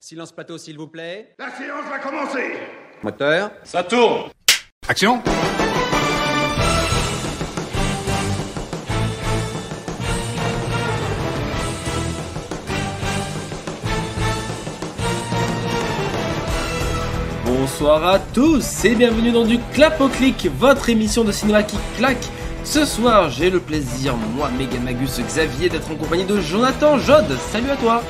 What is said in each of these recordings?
Silence plateau, s'il vous plaît. La séance va commencer. Moteur. Ça tourne. Action. Bonsoir à tous et bienvenue dans du Clap au Clic, votre émission de cinéma qui claque. Ce soir, j'ai le plaisir, moi, Megamagus Xavier, d'être en compagnie de Jonathan Jod. Salut à toi.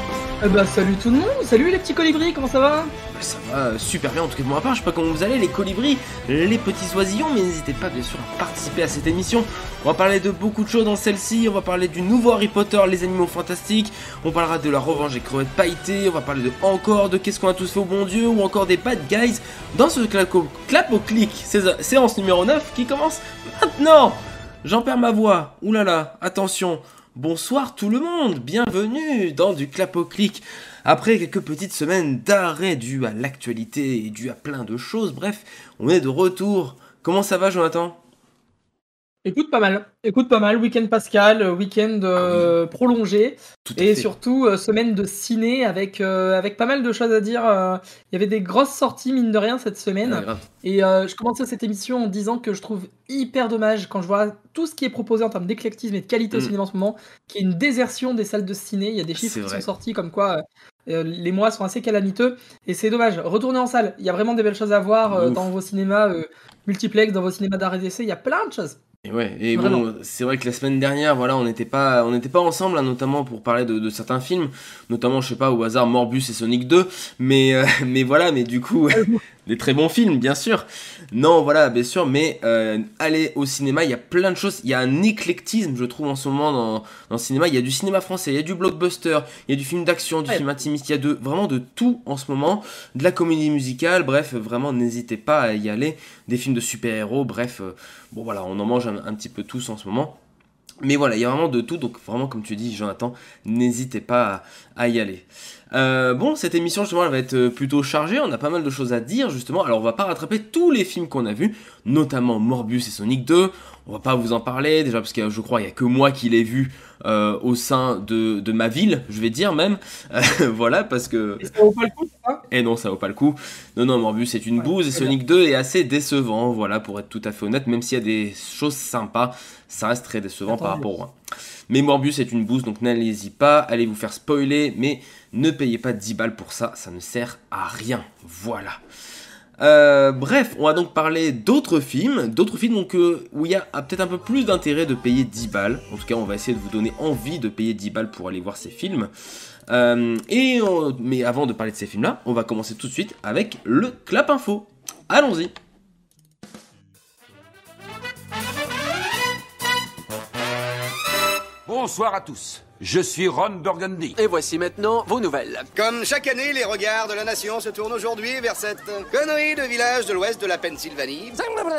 Salut tout le monde, salut les petits colibris, comment ça va? Ça va super bien, en tout cas pour ma part, je sais pas comment vous allez les colibris, les petits oisillons, mais n'hésitez pas bien sûr à participer à cette émission. On va parler de beaucoup de choses dans celle-ci, on va parler du nouveau Harry Potter, les animaux fantastiques, on parlera de la revanche des crevettes pailletées, on va parler de qu'est-ce qu'on a tous fait au bon Dieu, ou encore des bad guys, dans ce clap au clic, séance numéro 9 qui commence maintenant. J'en perds ma voix, oulala, attention. Bonsoir tout le monde, bienvenue dans du Clap au Clic. Après quelques petites semaines d'arrêt dû à l'actualité et dû à plein de choses, bref, on est de retour. Comment ça va Jonathan ? Écoute pas mal, week-end Pascal, week-end prolongé, et surtout semaine de ciné avec pas mal de choses à dire. Il y avait des grosses sorties mine de rien cette semaine, et je commençais cette émission en disant que je trouve hyper dommage quand je vois tout ce qui est proposé en termes d'éclectisme et de qualité au cinéma en ce moment, qu'il y ait une désertion des salles de ciné. Il y a des chiffres qui sont sortis comme quoi les mois sont assez calamiteux, et c'est dommage. Retournez en salle, il y a vraiment des belles choses à voir dans vos cinémas multiplex, dans vos cinémas d'arrêt d'essai, il y a plein de choses. Et ouais, et bon, c'est vrai que la semaine dernière, voilà, on n'était pas ensemble, hein, notamment pour parler de certains films, notamment, je sais pas, au hasard, Morbius et Sonic 2, mais voilà, mais du coup, des très bons films, bien sûr. Non, voilà, bien sûr, mais aller au cinéma, il y a plein de choses, il y a un éclectisme, je trouve, en ce moment dans le cinéma. Il y a du cinéma français, il y a du blockbuster, il y a du film d'action, du film intimiste, il y a vraiment de tout en ce moment, de la comédie musicale, bref, vraiment, n'hésitez pas à y aller, des films de super-héros, bref, bon voilà, on en mange un petit peu tous en ce moment. Mais voilà, il y a vraiment de tout, donc vraiment comme tu dis Jonathan, n'hésitez pas à y aller. Bon, cette émission justement elle va être plutôt chargée, on a pas mal de choses à dire justement. Alors on va pas rattraper tous les films qu'on a vus, notamment Morbius et Sonic 2, on va pas vous en parler déjà parce que je crois il y a que moi qui l'ai vu au sein de ma ville, je vais dire même, voilà parce que... Et ça vaut pas le coup ça ? Et non, ça vaut pas le coup. Non, Morbius c'est une bouse et Sonic 2 est assez décevant, voilà, pour être tout à fait honnête, même s'il y a des choses sympas, ça reste très décevant par rapport au 1. Mais Morbius est une bouse, donc n'allez-y pas, allez vous faire spoiler, mais ne payez pas 10 balles pour ça, ça ne sert à rien, voilà. Bref, on va donc parler d'autres films donc, où il y a peut-être un peu plus d'intérêt de payer 10 balles. En tout cas, on va essayer de vous donner envie de payer 10 balles pour aller voir ces films. Mais avant de parler de ces films-là, on va commencer tout de suite avec le Clap Info. Allons-y. Bonsoir à tous. Je suis Ron Burgundy. Et voici maintenant vos nouvelles. Comme chaque année, les regards de la nation se tournent aujourd'hui vers cette connerie de village de l'ouest de la Pennsylvanie.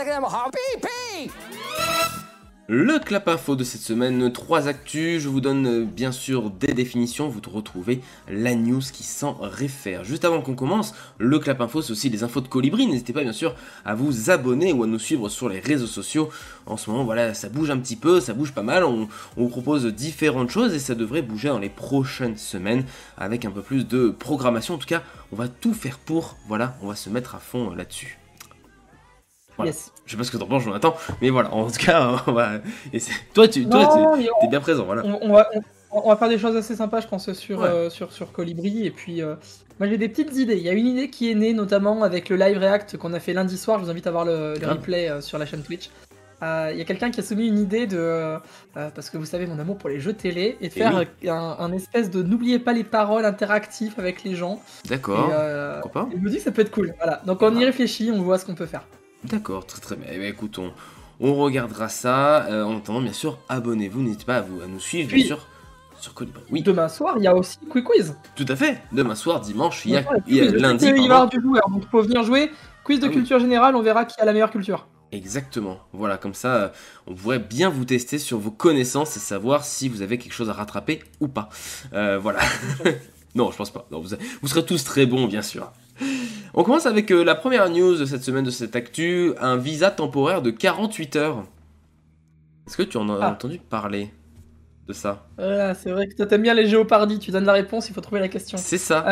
Le Clap Info de cette semaine, 3 actus, je vous donne bien sûr des définitions, vous retrouvez la news qui s'en réfère. Juste avant qu'on commence, le Clap Info c'est aussi les infos de Colibri, n'hésitez pas bien sûr à vous abonner ou à nous suivre sur les réseaux sociaux. En ce moment voilà, ça bouge un petit peu, ça bouge pas mal, on vous propose différentes choses et ça devrait bouger dans les prochaines semaines avec un peu plus de programmation. En tout cas, on va tout faire pour, voilà, on va se mettre à fond là-dessus. Voilà. Yes. Je sais pas ce que t'en penses Jonathan, mais voilà, en tout cas, on va... Toi, t'es bien présent, voilà. On va faire des choses assez sympas, je pense, sur Colibri, et puis moi j'ai des petites idées. Il y a une idée qui est née notamment avec le live react qu'on a fait lundi soir, je vous invite à voir le replay sur la chaîne Twitch. Il y a quelqu'un qui a soumis une idée de, parce que vous savez mon amour pour les jeux télé, et de faire un espèce de n'oubliez pas les paroles interactif avec les gens. D'accord, pourquoi pas. Je me dis que ça peut être cool, voilà. Donc on y réfléchit, on voit ce qu'on peut faire. D'accord, très bien. Eh bien écoute, on regardera ça. En attendant, bien sûr, abonnez-vous, n'hésitez pas à nous suivre, bien sûr, sur Colibri. Oui. Demain soir, il y a aussi Quiz. Tout à fait. Demain soir, dimanche, il y a lundi. Il va y avoir du joueur, donc il faut venir jouer. Quiz de culture générale, on verra qui a la meilleure culture. Exactement. Voilà, comme ça, on pourrait bien vous tester sur vos connaissances et savoir si vous avez quelque chose à rattraper ou pas. Voilà. Non, je pense pas. Non, vous serez tous très bons, bien sûr. On commence avec la première news de cette semaine, de cette actu, un visa temporaire de 48 heures. Est-ce que tu en as entendu parler ? de ça. C'est vrai que toi t'aimes bien les Géopardies, tu donnes la réponse, il faut trouver la question. C'est ça.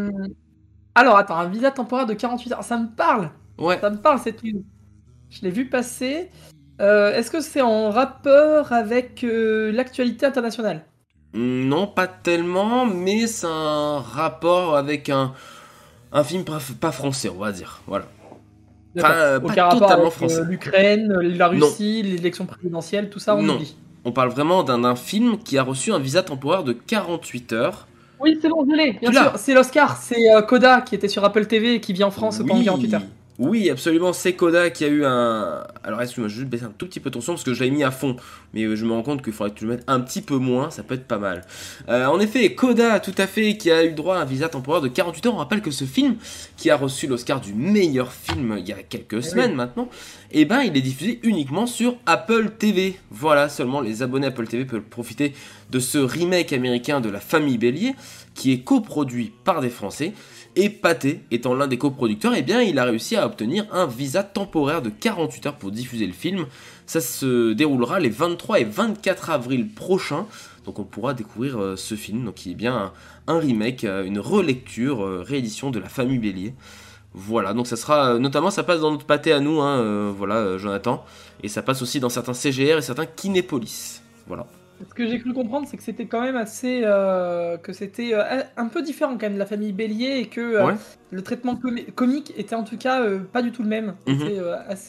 Alors attends, un visa temporaire de 48 heures, ça me parle. Ouais. Ça me parle cette news. Je l'ai vu passer. Est-ce que c'est en rapport avec l'actualité internationale? Non, pas tellement, mais c'est un rapport avec un film pas français, on va dire. Voilà. Pas Aucun rapport totalement avec français. l'Ukraine, la Russie, l'élection présidentielle, tout ça, on Non. oublie. On parle vraiment d'un film qui a reçu un visa temporaire de 48 heures. Oui, c'est bon, je l'ai, bien Tu l'as. sûr. C'est l'Oscar, c'est Coda qui était sur Apple TV et qui vit en France pendant 48 heures. Oui, absolument, c'est Coda qui a eu un... Alors excuse-moi, je vais juste baisser un tout petit peu ton son parce que je l'avais mis à fond. Mais je me rends compte qu'il faudrait que tu le mettes un petit peu moins, ça peut être pas mal. En effet, Coda, tout à fait, qui a eu droit à un visa temporaire de 48 heures. On rappelle que ce film, qui a reçu l'Oscar du meilleur film il y a quelques semaines maintenant, eh ben, il est diffusé uniquement sur Apple TV. Voilà, seulement les abonnés Apple TV peuvent profiter de ce remake américain de La Famille Bélier, qui est coproduit par des Français. Et Pathé, étant l'un des coproducteurs, eh bien, il a réussi à obtenir un visa temporaire de 48 heures pour diffuser le film. Ça se déroulera les 23 et 24 avril prochains. Donc on pourra découvrir ce film, donc qui est bien un remake, une relecture, réédition de La Famille Bélier. Voilà, donc ça sera, notamment ça passe dans notre Pathé à nous, voilà Jonathan. Et ça passe aussi dans certains CGR et certains Kinépolis. Voilà. Ce que j'ai cru comprendre, c'est que c'était quand même assez. Que c'était un peu différent quand même de La Famille Bélier et que le traitement comique était en tout cas pas du tout le même. C'était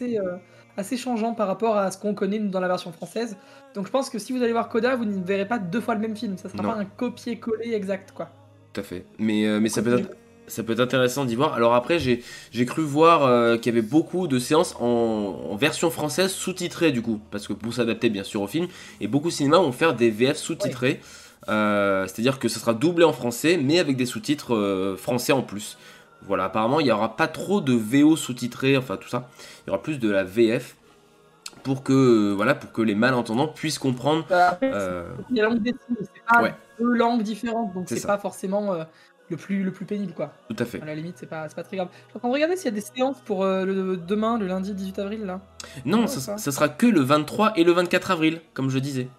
assez changeant par rapport à ce qu'on connaît nous, dans la version française. Donc je pense que si vous allez voir Coda, vous ne verrez pas deux fois le même film. Ça sera pas un copier-coller exact, quoi. Tout à fait. Mais ça peut être intéressant d'y voir. Alors après, j'ai cru voir qu'il y avait beaucoup de séances en version française sous-titrée du coup, parce que pour s'adapter bien sûr au film, et beaucoup de cinémas vont faire des VF sous-titrés, c'est-à-dire que ça sera doublé en français, mais avec des sous-titres français en plus. Voilà, apparemment il n'y aura pas trop de VO sous-titrés, enfin tout ça, il y aura plus de la VF pour que les malentendants puissent comprendre. Après, il y a la langue des signes, c'est pas deux langues différentes, donc c'est pas forcément le plus pénible, quoi. Tout à fait. À la limite, c'est pas très grave. Je suis en train de regarder s'il y a des séances pour demain, le lundi 18 avril, là. Non, ça sera que le 23 et le 24 avril, comme je disais.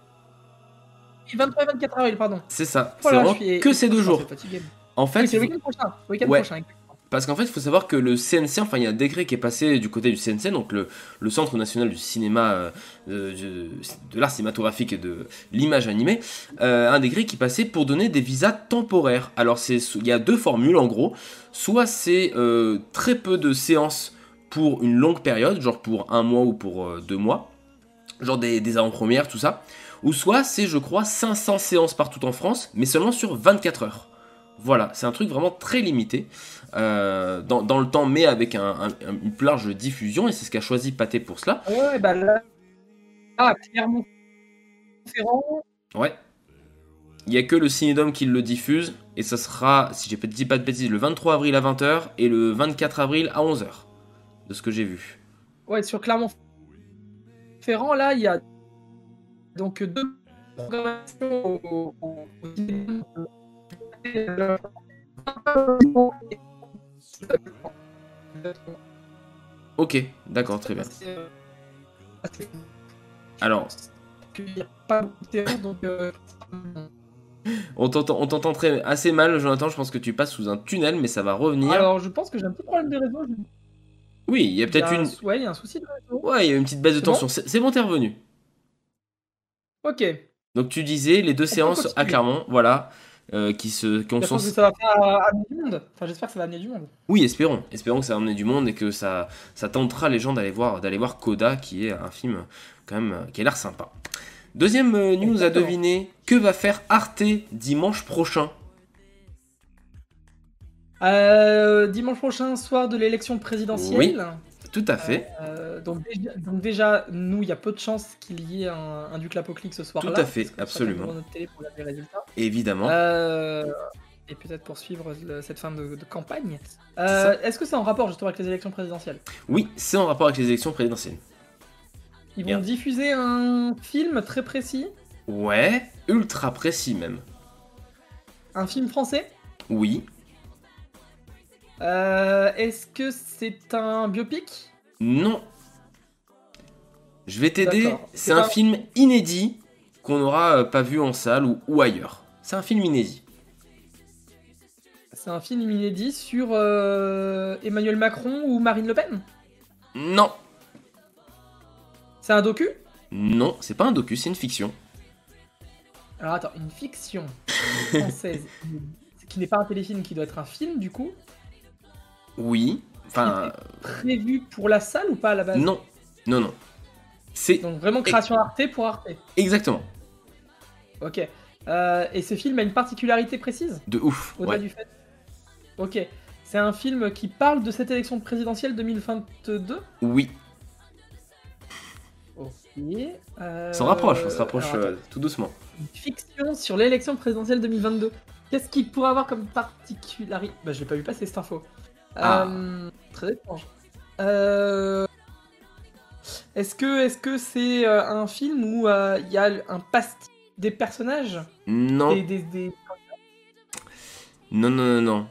Et 23 et 24 avril, pardon. C'est ça, Voilà, c'est vraiment que ces 2 jours. En fait, c'est le week-end prochain. Prochain. Parce qu'en fait, il faut savoir que le CNC, enfin, il y a un décret qui est passé du côté du CNC, donc le Centre National du Cinéma, de l'art cinématographique et de l'image animée, un décret qui passait pour donner des visas temporaires. Alors, il y a 2 formules en gros. Soit c'est très peu de séances pour une longue période, genre pour 1 mois ou pour 2 mois, genre des avant-premières, tout ça. Ou soit c'est, je crois, 500 séances partout en France, mais seulement sur 24 heures. Voilà, c'est un truc vraiment très limité dans le temps, mais avec une plus large diffusion, et c'est ce qu'a choisi Pathé pour cela. Ouais, bah là, Clermont-Ferrand. Ouais. Il n'y a que le Cinédome qui le diffuse, et ça sera, si je dis pas de bêtises, le 23 avril à 20h et le 24 avril à 11h, de ce que j'ai vu. Ouais, sur Clermont-Ferrand, là, il y a donc 2 programmations au Cinédome. Ok, d'accord, très bien. Alors, on t'entend assez mal, Jonathan. Je pense que tu passes sous un tunnel, mais ça va revenir. Alors, je pense que j'ai un petit problème de réseau. Oui, il y a peut-être une. Ouais, il y a un souci de réseau. Ouais, il y a une petite baisse de tension. C'est bon, t'es revenu. Ok. Donc tu disais les 2 séances à Clermont, voilà. J'espère que ça va faire amener du monde. Enfin, j'espère que ça va amener du monde. Oui, espérons que ça va amener du monde et que ça tentera les gens d'aller voir Coda, qui est un film quand même qui a l'air sympa. Deuxième news à deviner, que va faire Arte dimanche prochain? Dimanche prochain, soir de l'élection présidentielle. Oui, tout à fait. Donc déjà, nous, il y a peu de chances qu'il y ait un Duc Lapoclique ce soir-là. Tout à fait, absolument. Devant notre télé pour les résultats. Évidemment. Et peut-être poursuivre cette fin de campagne. Est-ce que c'est en rapport justement avec les élections présidentielles? Oui, c'est en rapport avec les élections présidentielles. Ils vont diffuser un film très précis? Ouais, ultra précis même. Un film français? Oui. Est-ce que c'est un biopic? Non. Je vais t'aider, c'est un film inédit qu'on n'aura pas vu en salle ou ailleurs. C'est un film inédit. C'est un film inédit sur Emmanuel Macron ou Marine Le Pen? Non. C'est un docu? Non, c'est pas un docu, c'est une fiction. Alors attends, une fiction française qui n'est pas un téléfilm, qui doit être un film du coup? Oui. Enfin. Prévu pour la salle ou pas à la base? Non. Non. C'est. Donc vraiment création Arte pour Arte. Exactement. Ok. Et ce film a une particularité précise? De ouf. Au-delà du fait. Ok. C'est un film qui parle de cette élection présidentielle 2022? Oui. Ok. On se rapproche tout doucement. Une fiction sur l'élection présidentielle 2022. Qu'est-ce qu'il pourrait avoir comme particularité? Bah, je l'ai pas vu passer cette info. Très étrange. Est-ce que c'est un film où il y a un pastiche des personnages? Non. Non.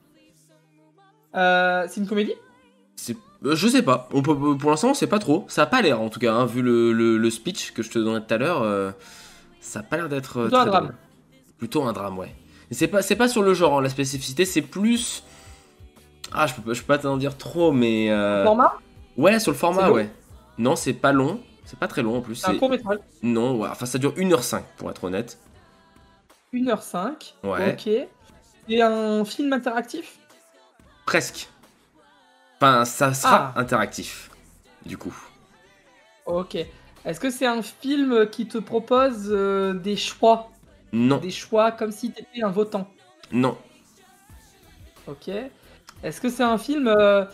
C'est une comédie? Je sais pas. Pour l'instant, on sait pas trop. Ça a pas l'air, en tout cas, hein, vu le speech que je te donnais tout à l'heure. Ça a pas l'air d'être plutôt un drame. drôle. Plutôt un drame, ouais. C'est pas sur le genre, hein, la spécificité, c'est plus. Je peux pas t'en dire trop, mais. Format? Ouais, sur le format, ouais. Non, c'est pas long. C'est pas très long en plus. C'est un court métrage? Non, ouais. Enfin, ça dure 1h05 pour être honnête. 1h05? Ouais. Ok. C'est un film interactif? Presque. Enfin, ça sera interactif, du coup. Ok. Est-ce que c'est un film qui te propose des choix? Non. Des choix comme si t'étais un votant? Non. Ok. Est-ce que c'est un film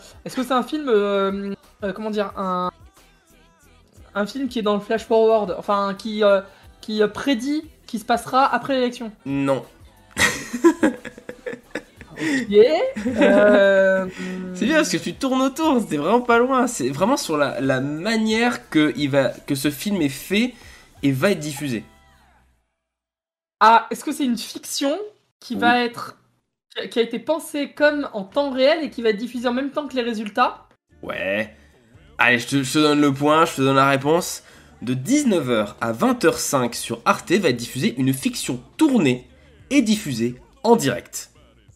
comment dire, un film qui est dans le flash forward, enfin qui prédit qui se passera après l'élection? Non. Ok. C'est bien parce que tu tournes autour, c'était vraiment pas loin. C'est vraiment sur la manière que ce film est fait et va être diffusé. Est-ce que c'est une fiction qui a été pensée comme en temps réel et qui va être diffusée en même temps que les résultats? Ouais. Allez, je te donne le point, je te donne la réponse. De 19h à 20h05 sur Arte va être diffusée une fiction tournée et diffusée en direct.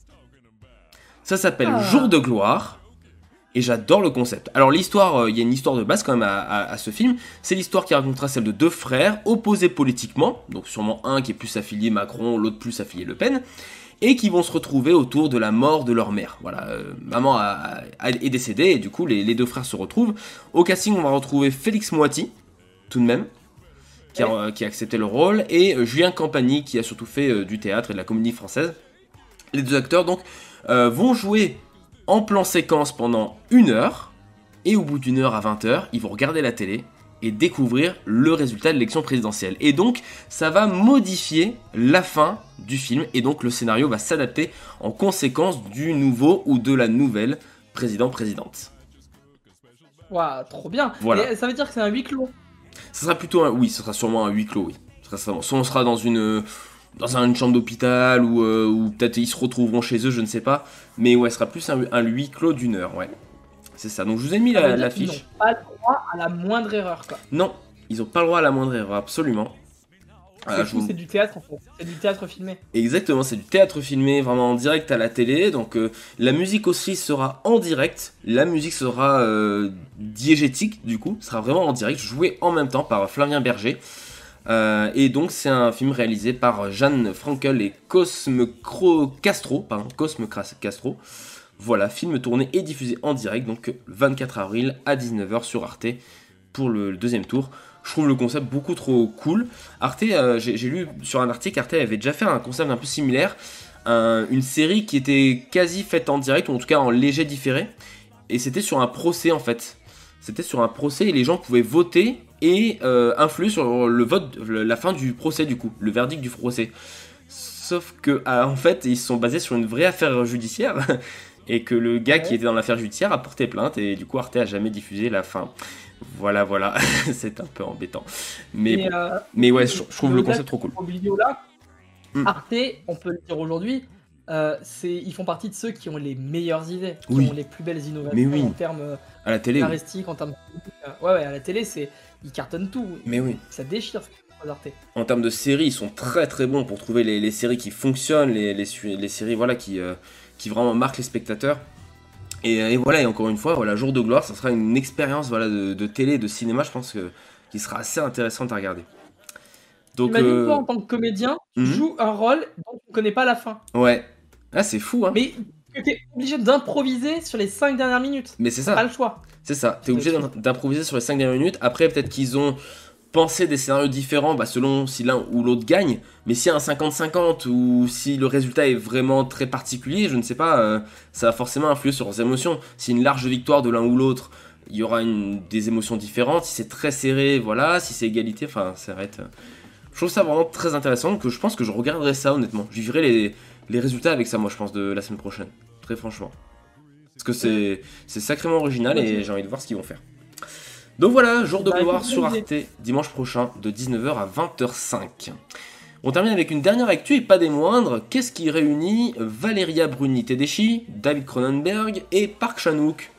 Ça s'appelle Jour de gloire et j'adore le concept. Alors l'histoire, il y a une histoire de base quand même à ce film. C'est l'histoire qui racontera celle de deux frères opposés politiquement, donc sûrement un qui est plus affilié Macron, l'autre plus affilié Le Pen, et qui vont se retrouver autour de la mort de leur mère. Voilà, maman est décédée et du coup les deux frères se retrouvent. Au casting, on va retrouver Félix Moiti, tout de même, qui a accepté le rôle, et Julien Campagny qui a surtout fait du théâtre et de la comédie française. Les deux acteurs donc vont jouer en plan séquence pendant 1 heure, et au bout d'1 heure à 20h, ils vont regarder la télé et découvrir le résultat de l'élection présidentielle. Et donc, ça va modifier la fin du film, et donc le scénario va s'adapter en conséquence du nouveau ou de la nouvelle présidente. Waouh, trop bien. Voilà. Et ça veut dire que c'est un huis clos? Ça sera plutôt oui, ce sera sûrement un huis clos, oui. Soit on sera dans une chambre d'hôpital, ou peut-être ils se retrouveront chez eux, je ne sais pas. Mais ouais, ce sera plus un huis clos d'1 heure, ouais. C'est ça, donc je vous ai mis l'affiche. Ils n'ont pas le droit à la moindre erreur, quoi. Non, ils n'ont pas le droit à la moindre erreur, absolument. C'est du théâtre, en fait. C'est du théâtre filmé. Exactement, c'est du théâtre filmé, vraiment en direct à la télé. Donc la musique aussi sera en direct. La musique sera diégétique, du coup. Sera vraiment en direct, jouée en même temps par Flavien Berger. Et donc c'est un film réalisé par Jeanne Frankel et Cosme Castro. Voilà, film tourné et diffusé en direct, donc 24 avril à 19h sur Arte pour le deuxième tour. Je trouve le concept beaucoup trop cool. Arte, j'ai lu sur un article, Arte avait déjà fait un concept un peu similaire, une série qui était quasi faite en direct, ou en tout cas en léger différé, et c'était sur un procès en fait. C'était sur un procès et les gens pouvaient voter et influer sur le vote, la fin du procès du coup, le verdict du procès. Sauf que en fait, ils se sont basés sur une vraie affaire judiciaire. Et que le gars qui était dans l'affaire judiciaire a porté plainte, et du coup Arte a jamais diffusé la fin. Voilà, c'est un peu embêtant. Mais ouais, je trouve le concept trop cool. Vidéo-là, Arte, on peut le dire aujourd'hui, ils font partie de ceux qui ont les meilleures idées, qui ont les plus belles innovations en termes à la télé, scénaristiques, en termes... Ouais, à la télé, ils cartonnent tout. Mais oui. Ça déchire. Arte. En termes de séries, ils sont très très bons pour trouver les séries qui fonctionnent, les séries voilà, qui vraiment marquent les spectateurs. Et voilà, et encore une fois, voilà, Jour de gloire, ça sera une expérience voilà, de télé, de cinéma, je pense qui sera assez intéressante à regarder. Donc, Imagine toi en tant que comédien, tu joues un rôle dont tu ne connais pas la fin. Ouais. Ah, c'est fou, hein. Mais tu es obligé d'improviser sur les 5 dernières minutes. Mais c'est ça. Pas le choix. C'est ça. T'es obligé d'improviser sur les 5 dernières minutes. Après, peut-être qu'ils ont pensé des scénarios différents selon si l'un ou l'autre gagne. Mais s'il y a un 50-50 ou si le résultat est vraiment très particulier, je ne sais pas, ça va forcément influer sur leurs émotions. Si une large victoire de l'un ou l'autre, il y aura des émotions différentes. Si c'est très serré, voilà. Si c'est égalité, enfin, ça va être... Je trouve ça vraiment très intéressant, que je pense que je regarderai ça honnêtement. Je vivrai les résultats avec ça, moi, je pense, de la semaine prochaine. Très franchement. Parce que c'est sacrément original et j'ai envie de voir ce qu'ils vont faire. Donc voilà, Jour de gloire sur Arte, dimanche prochain, de 19h à 20h05. On termine avec une dernière actu et pas des moindres. Qu'est-ce qui réunit Valeria Bruni Tedeschi, David Cronenberg et Park Chan-wook?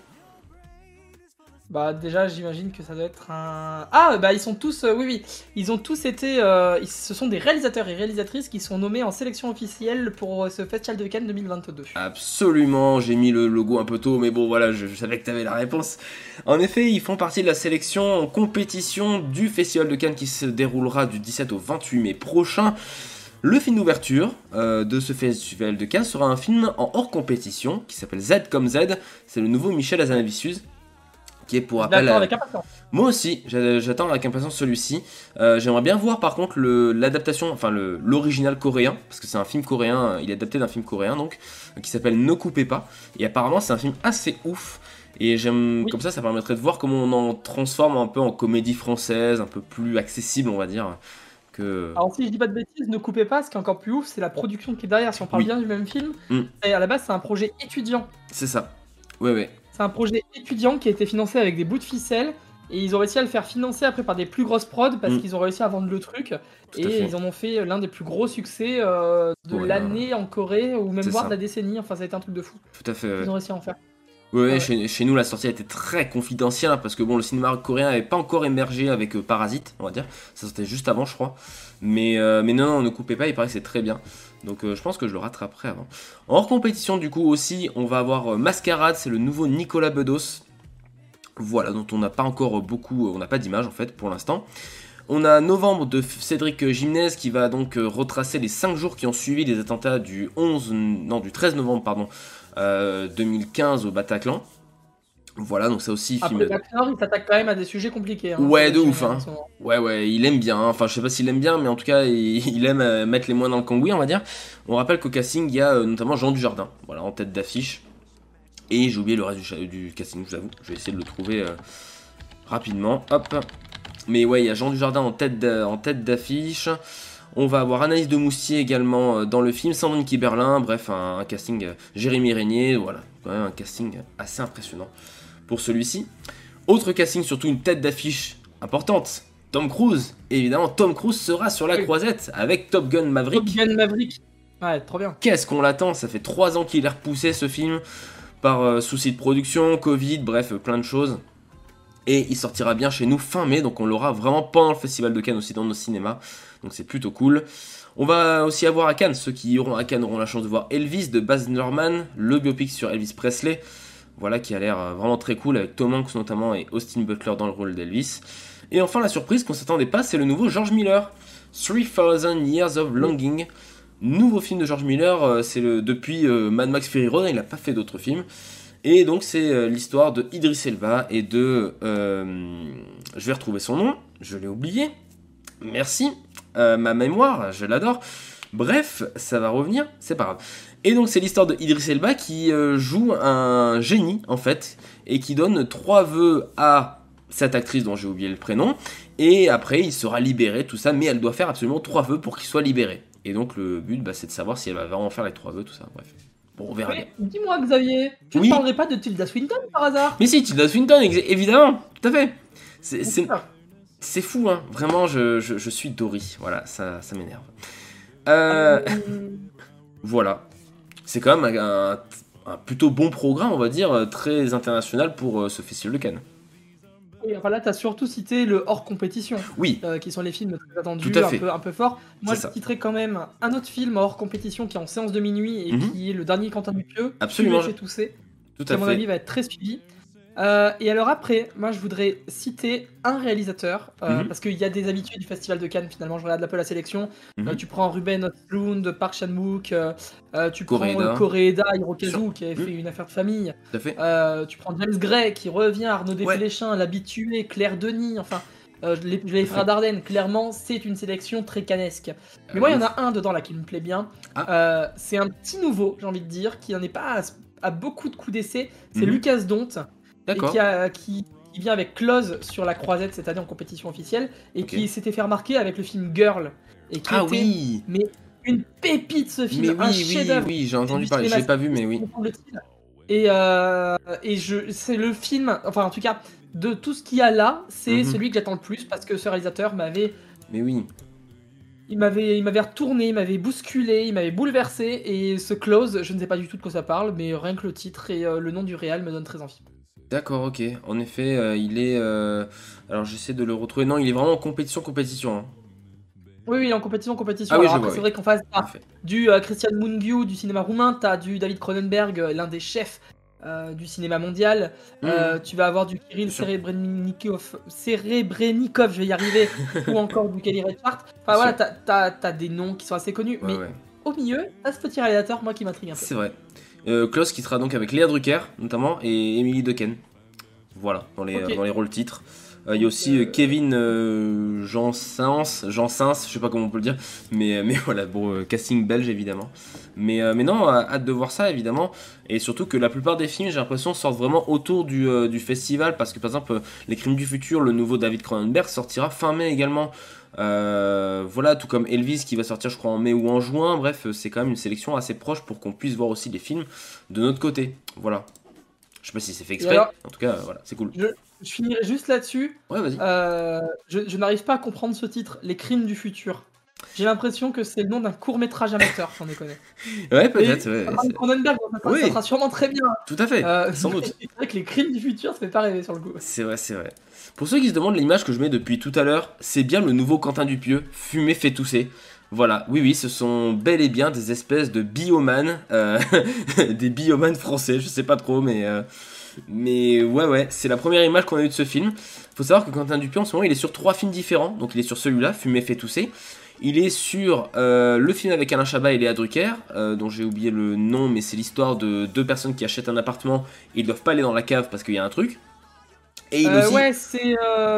Bah déjà j'imagine que ça doit être un... Ah bah ils sont tous... oui, ils ont tous été... ce sont des réalisateurs et réalisatrices qui sont nommés en sélection officielle pour ce Festival de Cannes 2022. Absolument, j'ai mis le logo un peu tôt, mais bon voilà, je savais que tu avais la réponse. En effet, ils font partie de la sélection en compétition du Festival de Cannes qui se déroulera du 17 au 28 mai prochain. Le film d'ouverture de ce Festival de Cannes sera un film en hors compétition qui s'appelle Z comme Z. C'est le nouveau Michel Hazanavicius. Qui est pour rappel. Avec impatience. Moi aussi, j'attends avec impatience celui-ci. J'aimerais bien voir par contre l'adaptation, enfin l'original coréen, parce que c'est un film coréen, il est adapté d'un film coréen donc, qui s'appelle Ne coupez pas. Et apparemment c'est un film assez ouf. Et j'aime, comme ça permettrait de voir comment on en transforme un peu en comédie française, un peu plus accessible on va dire. Alors si je dis pas de bêtises, Ne coupez pas, ce qui est encore plus ouf, c'est la production qui est derrière. Si on parle bien du même film, et à la base c'est un projet étudiant. C'est ça, ouais. C'est un projet étudiant qui a été financé avec des bouts de ficelle et ils ont réussi à le faire financer après par des plus grosses prods parce qu'ils ont réussi à vendre le truc et ils en ont fait l'un des plus gros succès de l'année en Corée ou même voire de la décennie. Enfin ça a été un truc de fou. Tout à fait. Ils ont réussi à en faire. Ouais. Chez nous la sortie a été très confidentielle parce que bon le cinéma coréen n'avait pas encore émergé avec Parasite on va dire. Ça sortait juste avant je crois. Mais non, ne coupez pas, il paraît que c'est très bien. Donc je pense que je le rattraperai avant. En hors compétition du coup aussi, on va avoir Mascarade, c'est le nouveau Nicolas Bedos. Voilà, dont on n'a pas encore beaucoup, on n'a pas d'image en fait pour l'instant. On a Novembre de Cédric Gimnez qui va donc retracer les 5 jours qui ont suivi les attentats du 13 novembre 2015 au Bataclan. Voilà, donc ça aussi... Après, Bataclan, il s'attaque quand même à des sujets compliqués. Hein, ouais, de ouf. Hein. Ouais, il aime bien. Hein. Enfin, je sais pas s'il aime bien, mais en tout cas, il aime mettre les moins dans le cambouis, on va dire. On rappelle qu'au casting, il y a notamment Jean Dujardin, voilà, en tête d'affiche. Et j'ai oublié le reste du casting, je vous avoue. Je vais essayer de le trouver rapidement. Hop. Mais ouais, il y a Jean Dujardin en tête d'affiche. On va avoir Anaïs de Moustier également dans le film, Sandrine Kiberlin, bref, un casting Jérémy Régnier, voilà, quand même un casting assez impressionnant pour celui-ci. Autre casting, surtout une tête d'affiche importante, Tom Cruise. Et évidemment, Tom Cruise sera sur la croisette avec Top Gun Maverick. Top Gun Maverick, ouais, trop bien. Qu'est-ce qu'on l'attend, ça fait 3 ans qu'il est repoussé ce film, par souci de production, Covid, bref, plein de choses. Et il sortira bien chez nous fin mai, donc on l'aura vraiment pendant le Festival de Cannes aussi dans nos cinémas. Donc c'est plutôt cool. On va aussi avoir à Cannes, ceux qui iront à Cannes auront la chance de voir Elvis de Baz Luhrmann, le biopic sur Elvis Presley. Voilà, qui a l'air vraiment très cool, avec Tom Hanks notamment et Austin Butler dans le rôle d'Elvis. Et enfin la surprise qu'on s'attendait pas, c'est le nouveau George Miller, 3000 Years of Longing. Nouveau film de George Miller, c'est depuis Mad Max Fury Road, il n'a pas fait d'autres films. Et donc c'est l'histoire de Idris Elba et de... je vais retrouver son nom, je l'ai oublié. Merci, ma mémoire, je l'adore. Bref, ça va revenir, c'est pas grave. Et donc c'est l'histoire de Idris Elba qui joue un génie en fait, et qui donne 3 vœux à cette actrice dont j'ai oublié le prénom, et après il sera libéré, tout ça, mais elle doit faire absolument 3 vœux pour qu'il soit libéré. Et donc le but c'est de savoir si elle va vraiment faire les 3 vœux, tout ça, bref. Bon, on verra bien. Dis-moi Xavier, tu ne parlerais pas de Tilda Swinton par hasard? Mais si, Tilda Swinton, évidemment, tout à fait. C'est fou, hein. Vraiment, je suis Dory. Voilà, ça m'énerve. Voilà. C'est quand même un plutôt bon programme, on va dire, très international pour ce Festival de Cannes. Oui, enfin là, tu as surtout cité le hors compétition, Oui, qui sont les films très attendus, tout à fait. un peu forts. Moi, C'est je ça. citerai quand même un autre film hors compétition qui est en séance de minuit et qui est le dernier Quentin Dupieux, Absolument. Fumer fait tousser, Tout qui à à mon fait. avis va être très suivi. Et alors après, moi je voudrais citer un réalisateur, parce qu'il y a des habitués du Festival de Cannes finalement, je regarde un peu la sélection. Tu prends Ruben Östlund, Park Chan-wook, tu Koreeda. prends Koreeda, Hirokazu Sûr. qui avait fait une affaire de famille. Tout à fait. Tu prends James Gray qui revient, Arnaud Ouais. Desplechin, l'habitué, Claire Denis, enfin les frères Dardenne, clairement c'est une sélection très canesque. Mais moi il y en a un dedans là qui me plaît bien. C'est un petit nouveau, j'ai envie de dire, qui n'en est pas à beaucoup de coups d'essai, c'est Lucas Dont. D'accord. Et qui vient avec Close sur la croisette cette année en compétition officielle et qui s'était fait remarquer avec le film Girl et qui était oui. mais une pépite ce film, Mais un oui, chef-d'œuvre. oui, j'ai entendu du parler, je cinéma l'ai pas vu, mais oui. semble-t-il. C'est le film, enfin en tout cas de tout ce qu'il y a là, c'est celui que j'attends le plus parce que ce réalisateur m'avait Mais oui. il m'avait retourné, il m'avait bousculé, il m'avait bouleversé et ce Close, je ne sais pas du tout de quoi ça parle, mais rien que le titre et le nom du réal me donne très envie. D'accord, ok. En effet, il est... Alors j'essaie de le retrouver. Non, il est vraiment en compétition. Hein. Oui, il est en compétition. Ah oui, Alors je après, vois, c'est oui. vrai qu'en face, t'as Parfait. du Christian Mungiu du cinéma roumain, t'as du David Cronenberg, l'un des chefs du cinéma mondial. Tu vas avoir du Kirill Serebrennikov, je vais y arriver, ou encore du Kelly Reichardt. Enfin voilà, t'as des noms qui sont assez connus, mais Ouais. au milieu, t'as ce petit réalisateur, moi, qui m'intrigue un peu. C'est vrai. Klaus qui sera donc avec Léa Drucker, notamment, et Emily Dequesne. Voilà, dans les rôles titres. Il y a aussi Kevin Jean-Sins, je sais pas comment on peut le dire, mais voilà, bon, casting belge évidemment. Mais non, hâte de voir ça évidemment, et surtout que la plupart des films, j'ai l'impression, sortent vraiment autour du festival, parce que par exemple, Les Crimes du Futur, le nouveau David Cronenberg, sortira fin mai également. Voilà, tout comme Elvis qui va sortir, je crois, en mai ou en juin. Bref, c'est quand même une sélection assez proche pour qu'on puisse voir aussi les films de notre côté. Voilà. Je sais pas si c'est fait exprès, alors, en tout cas, voilà, c'est cool. Je finirai juste là-dessus. Ouais, vas-y. Je n'arrive pas à comprendre ce titre, Les Crimes du Futur. J'ai l'impression que c'est le nom d'un court-métrage amateur, j'en ai connais. Ouais, peut-être, ouais. Cronenberg, ça sera sûrement très bien. Tout à fait, sans doute. C'est vrai que Les Crimes du Futur, ça fait pas rêver sur le coup. C'est vrai. Pour ceux qui se demandent l'image que je mets depuis tout à l'heure, c'est bien le nouveau Quentin Dupieux, Fumer fait tousser. Voilà, oui, ce sont bel et bien des espèces de biomanes, des biomanes français, je sais pas trop, mais ouais, c'est la première image qu'on a eue de ce film. Faut savoir que Quentin Dupieux, en ce moment, il est sur 3 films différents, donc il est sur celui-là, Fumer fait tousser. Il est sur le film avec Alain Chabat et Léa Drucker, dont j'ai oublié le nom, mais c'est l'histoire de 2 personnes qui achètent un appartement et ils doivent pas aller dans la cave parce qu'il y a un truc. Et il aussi... Ouais, c'est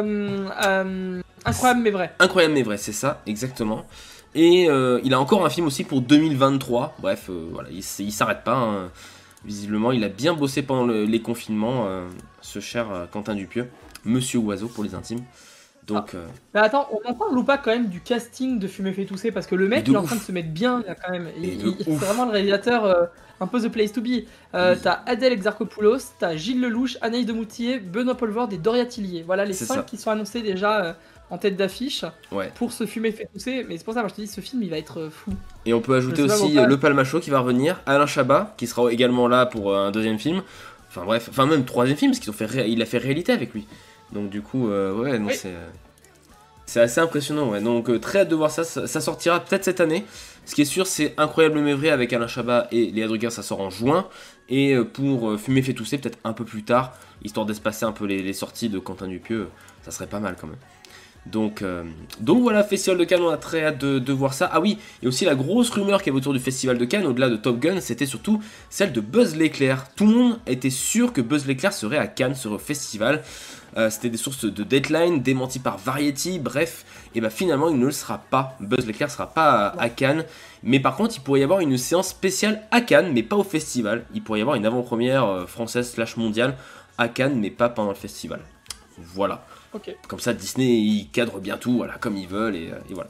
Incroyable mais vrai. Incroyable mais vrai, c'est ça, exactement. Et il a encore un film aussi pour 2023. Bref, voilà, il s'arrête pas. Hein. Visiblement, il a bien bossé pendant les confinements, ce cher Quentin Dupieux, Monsieur Oiseau pour les intimes. Donc, Mais attends, on en parle ou pas quand même du casting de Fumer fait tousser, parce que le mec il est en train de se mettre bien là quand même. C'est vraiment le réalisateur un peu the place to be. T'as Adèle Exarchopoulos, t'as Gilles Lelouch, Anaïs Demoutier, Benoît Poelvoorde et Doria Tillier. Voilà les 5 qui sont annoncés déjà en tête d'affiche pour ce Fumer fait tousser. Mais c'est pour ça, moi je te dis, ce film il va être fou. Et on peut ajouter aussi le Palmacho qui va revenir, Alain Chabat qui sera également là pour un 2e film. Enfin bref, enfin même 3e film, parce qu'il a fait réalité avec lui. Donc du coup, ouais, non, c'est assez impressionnant, ouais. Donc très hâte de voir ça. Ça sortira peut-être cette année. Ce qui est sûr, c'est Incroyable mais vrai avec Alain Chabat et Léa Drucker, ça sort en juin. Et pour Fumer fait tousser, peut-être un peu plus tard, histoire d'espacer un peu les sorties de Quentin Dupieux, ça serait pas mal quand même. Donc voilà, Festival de Cannes, on a très hâte de voir ça. Ah oui, et aussi la grosse rumeur qu'il y avait autour du Festival de Cannes, au-delà de Top Gun, c'était surtout celle de Buzz l'éclair. Tout le monde était sûr que Buzz l'éclair serait à Cannes, serait au festival. C'était des sources de Deadline, démenties par Variety, bref, et bah finalement il ne le sera pas. Buzz l'éclair ne sera pas à Cannes, mais par contre il pourrait y avoir une séance spéciale à Cannes, mais pas au festival. Il pourrait y avoir une avant-première française / mondiale à Cannes, mais pas pendant le festival. Voilà. Okay. Comme ça Disney ils cadrent bien tout, voilà, comme ils veulent, et voilà.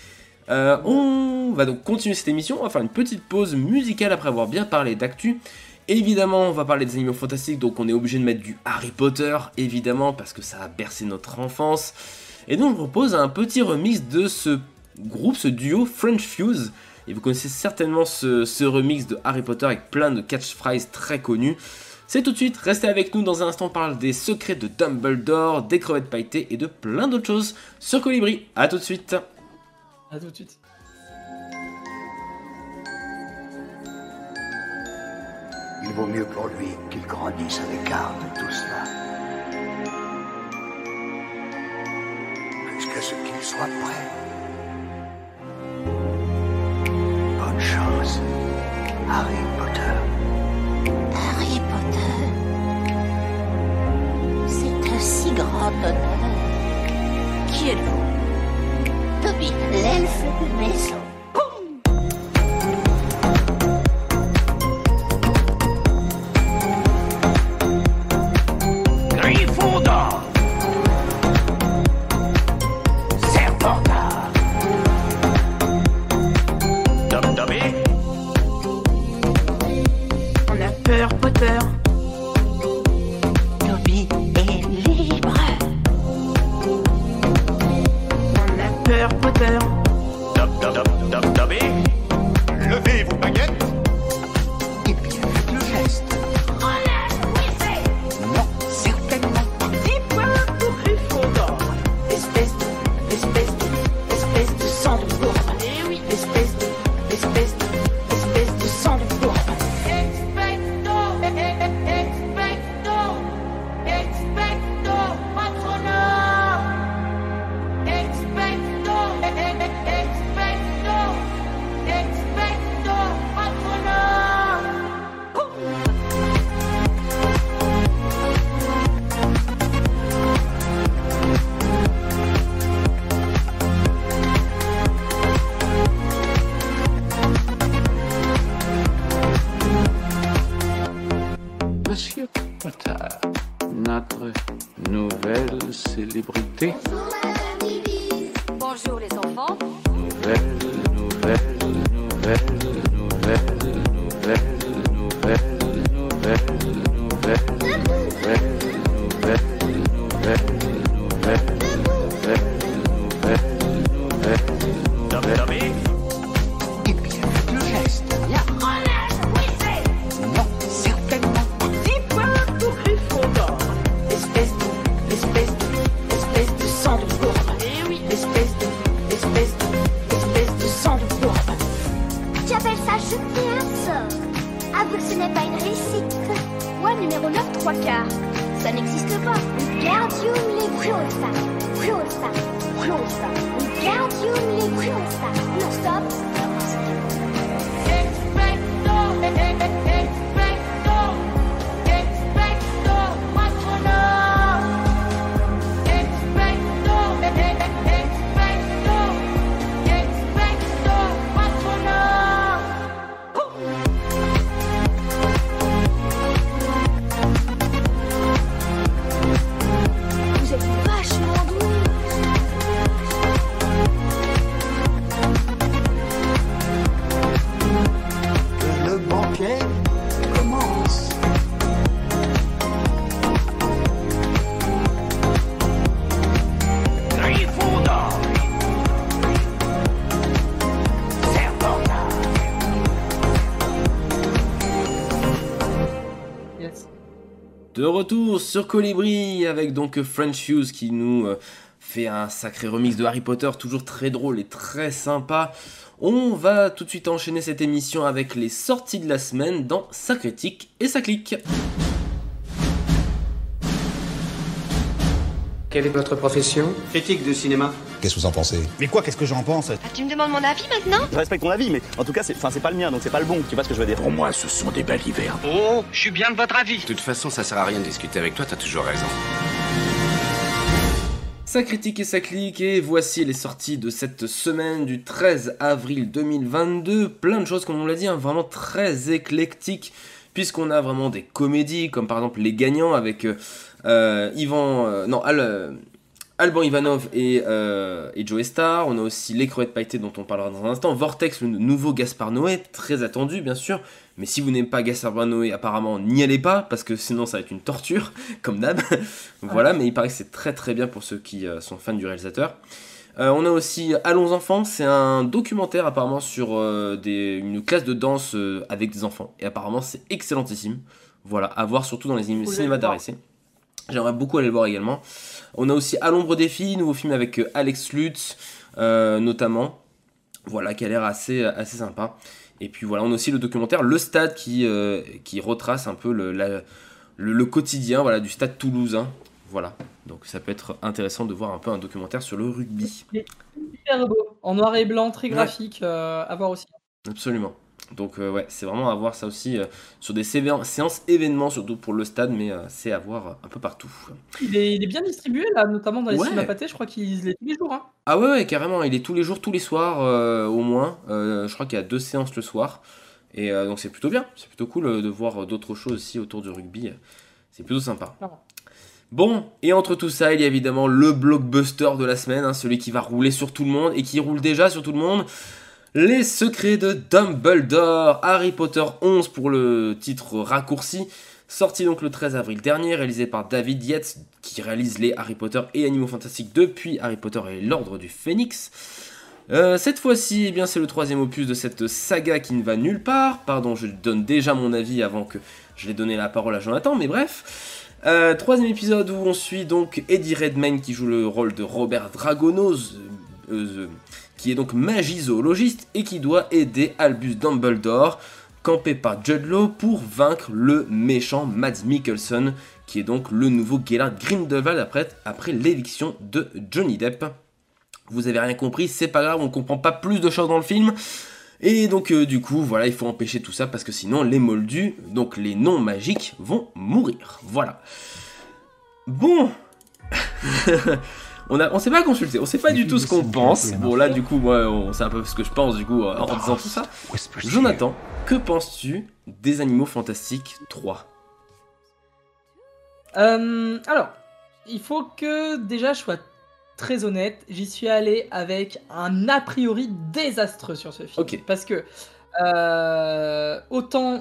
On va donc continuer cette émission, on va faire une petite pause musicale après avoir bien parlé d'actu. Évidemment, on va parler des animaux fantastiques, donc on est obligé de mettre du Harry Potter, évidemment, parce que ça a bercé notre enfance. Et donc, je vous propose un petit remix de ce groupe, ce duo French Fuse. Et vous connaissez certainement ce remix de Harry Potter avec plein de catchphrases très connus. C'est tout de suite, restez avec nous, dans un instant on parle des secrets de Dumbledore, des crevettes pailletées et de plein d'autres choses sur Colibri. A tout de suite. À tout de suite. Il vaut mieux pour lui qu'il grandisse à l'écart de tout cela. Jusqu'à ce qu'il soit prêt. Bonne chance, Harry Potter. Harry Potter, c'est un si grand honneur. Qui êtes-vous? Toby, l'elfe de maison. Gryffondor. Serpentard. Dobby. On a peur, Potter. Toby est libre. On a peur, Potter. Dobby. Levez vos baguettes. Et bien faites le geste. Non, certainement pas. Dis-moi pour Gryffondor. Espèce de sang de bourbe. Eh oui. Espèce de sang de bourbe. Expecto patronum. Expecto patronum. Monsieur Potter, notre nouvelle célébrité. Bonjour les enfants. Nouvelle Dobby. Et bien faites le geste. Non, certainement pas. Dis-moi pour Gryffondor. Espèce de sang de bourbe. Eh oui. Espèce de sang de bourbe. J'appelle ça jeter un sort. Avoue que ce n'est pas une réussite. Loi numéro 9 3/4. Ça n'existe pas. Wingardium Leviosa. Wingardium Leviosa. Non, stop. Expecto patronum. Expecto patronum. Vous êtes vachement doués. Que le banquet commence. Gryffondor. Serpentard. Yes. De retour sur Colibri avec donc French Fuse qui nous fait un sacré remix de Harry Potter, toujours très drôle et très sympa. On va tout de suite enchaîner cette émission avec les sorties de la semaine dans Sa critique et sa clique. Quelle est votre profession? Critique de cinéma. Qu'est-ce que vous en pensez? Mais quoi, qu'est-ce que j'en pense? Tu me demandes mon avis maintenant? Je respecte ton avis, mais en tout cas, c'est pas le mien, donc c'est pas le bon. Tu vois ce que je veux dire? Pour moi, ce sont des balivernes. Oh, je suis bien de votre avis. De toute façon, ça sert à rien de discuter avec toi, t'as toujours raison. Sa critique et sa clique, et voici les sorties de cette semaine du 13 avril 2022. Plein de choses, comme on l'a dit, vraiment très éclectique, puisqu'on a vraiment des comédies, comme par exemple Les Gagnants avec Alban Ivanov et Joe Star. On a aussi Les Crevettes pailletées dont on parlera dans un instant. Vortex, le nouveau Gaspard Noé, très attendu bien sûr. Mais si vous n'aimez pas Gaspard Noé, apparemment n'y allez pas, parce que sinon ça va être une torture, comme d'hab. Voilà, mais il paraît que c'est très très bien pour ceux qui sont fans du réalisateur. On a aussi Allons enfants, c'est un documentaire apparemment sur une classe de danse avec des enfants. Et apparemment c'est excellentissime. Voilà, à voir surtout dans les Faut cinémas aller voir. d'arrêt. J'aimerais beaucoup aller le voir également. On a aussi À l'ombre des filles, nouveau film avec Alex Lutz, notamment. Voilà, qui a l'air assez sympa. Et puis voilà, on a aussi le documentaire Le Stade qui retrace un peu le quotidien, voilà, du Stade toulousain. Voilà, donc ça peut être intéressant de voir un peu un documentaire sur le rugby. Il est super beau, en noir et blanc, très graphique, à voir aussi. Absolument. Donc ouais, c'est vraiment à voir ça aussi sur des séances événements, surtout pour le Stade, mais c'est à voir un peu partout. Il est bien distribué là, notamment dans les Ouais. cinémas pâtés, je crois qu'il est tous les jours. Hein. Ah ouais, carrément, il est tous les jours, tous les soirs au moins. Je crois qu'il y a 2 séances le soir. Et donc c'est plutôt bien, c'est plutôt cool de voir d'autres choses aussi autour du rugby. C'est plutôt sympa. Clairement. Bon, et entre tout ça, il y a évidemment le blockbuster de la semaine, hein, celui qui va rouler sur tout le monde et qui roule déjà sur tout le monde. Les secrets de Dumbledore, Harry Potter 11 pour le titre raccourci, sorti donc le 13 avril dernier, réalisé par David Yates, qui réalise les Harry Potter et Animaux Fantastiques depuis Harry Potter et l'Ordre du Phénix. Cette fois-ci, eh bien, c'est le 3e opus de cette saga qui ne va nulle part. Pardon, je donne déjà mon avis avant que je l'ai donné la parole à Jonathan, mais bref. 3e épisode où on suit donc Eddie Redmayne qui joue le rôle de Robert Dragonos, qui est donc magie-zoologiste et qui doit aider Albus Dumbledore, campé par Jude Law, pour vaincre le méchant Mads Mikkelsen, qui est donc le nouveau Gellert Grindelwald après l'éviction de Johnny Depp. Vous avez rien compris, c'est pas grave, on comprend pas plus de choses dans le film. Et donc du coup, voilà, il faut empêcher tout ça parce que sinon les moldus, donc les non magiques, vont mourir. Voilà. Bon. On s'est pas consulté, on sait pas du tout ce qu'on pense. Bon là du coup, moi, on sait un peu ce que je pense du coup en disant tout ça. Jonathan, que penses-tu des Animaux Fantastiques 3 ? Alors, il faut que déjà je sois très honnête, j'y suis allé avec un a priori désastreux sur ce film. Ok. Parce que autant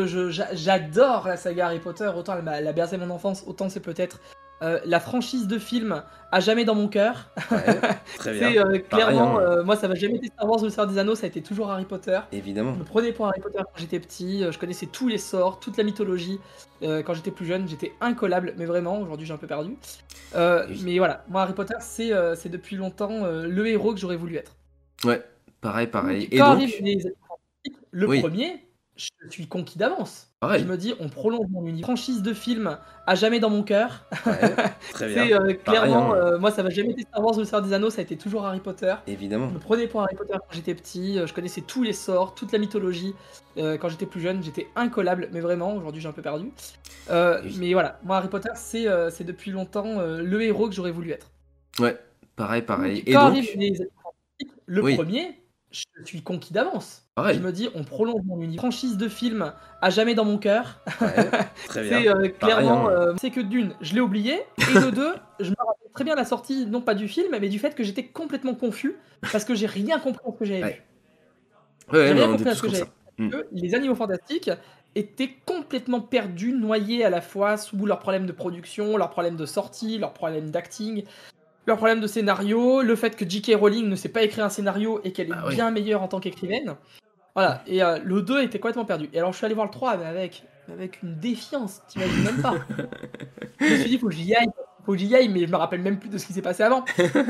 j'adore la saga Harry Potter, autant elle a bercé mon enfance, autant c'est peut-être la franchise de film à jamais dans mon cœur. Ouais, très bien. C'est clairement, Pareil, hein. moi ça va jamais été Star Wars ou le Seigneur des Anneaux, ça a été toujours Harry Potter. Évidemment. Je me prenais pour Harry Potter quand j'étais petit, je connaissais tous les sorts, toute la mythologie. Quand j'étais plus jeune, j'étais incollable, mais vraiment, aujourd'hui j'ai un peu perdu. Mais voilà, moi Harry Potter, c'est depuis longtemps le héros que j'aurais voulu être. Ouais, pareil. Et Quand donc, arrivent les Animaux Fantastiques, le Oui. premier, je suis conquis d'avance. pareil. Je me dis, on prolonge mon univers. Franchise de film à jamais dans mon cœur. Ouais, très bien. C'est clairement, Pareil, hein. moi ça va jamais été Star Wars ou le Seigneur des Anneaux, ça a été toujours Harry Potter. Évidemment. Je me prenais pour Harry Potter quand j'étais petit, je connaissais tous les sorts, toute la mythologie. Quand j'étais plus jeune, j'étais incollable, mais vraiment, aujourd'hui j'ai un peu perdu. Mais voilà, moi Harry Potter, c'est depuis longtemps le héros que j'aurais voulu être. Ouais, pareil. Et Quand donc, arrivent les Animaux Fantastiques, le Oui. premier, je suis conquis d'avance. pareil. Je me dis, on prolonge mon univers. Franchise de film à jamais dans mon cœur. Ouais, très bien. C'est clairement, Pareil, hein. c'est que d'une, je l'ai oublié, et de deux, je me rappelle très bien la sortie, non pas du film, mais du fait que j'étais complètement confus, parce que j'ai rien compris à ce que j'avais Ouais. vu. Ouais, J'ai mais rien on est compris à tous ce que comme j'avais ça. vu. Que les Animaux Fantastiques étaient complètement perdus, noyés à la fois sous leurs problèmes de production, leurs problèmes de sortie, leurs problèmes d'acting, leurs problèmes de scénario, le fait que J.K. Rowling ne sait pas écrire un scénario et qu'elle est Ah oui. bien meilleure en tant qu'écrivaine. Voilà, et le 2 était complètement perdu. Et alors je suis allé voir le 3 mais avec une défiance, t'imagines même pas. Je me suis dit, faut que j'y aille, mais je me rappelle même plus de ce qui s'est passé avant.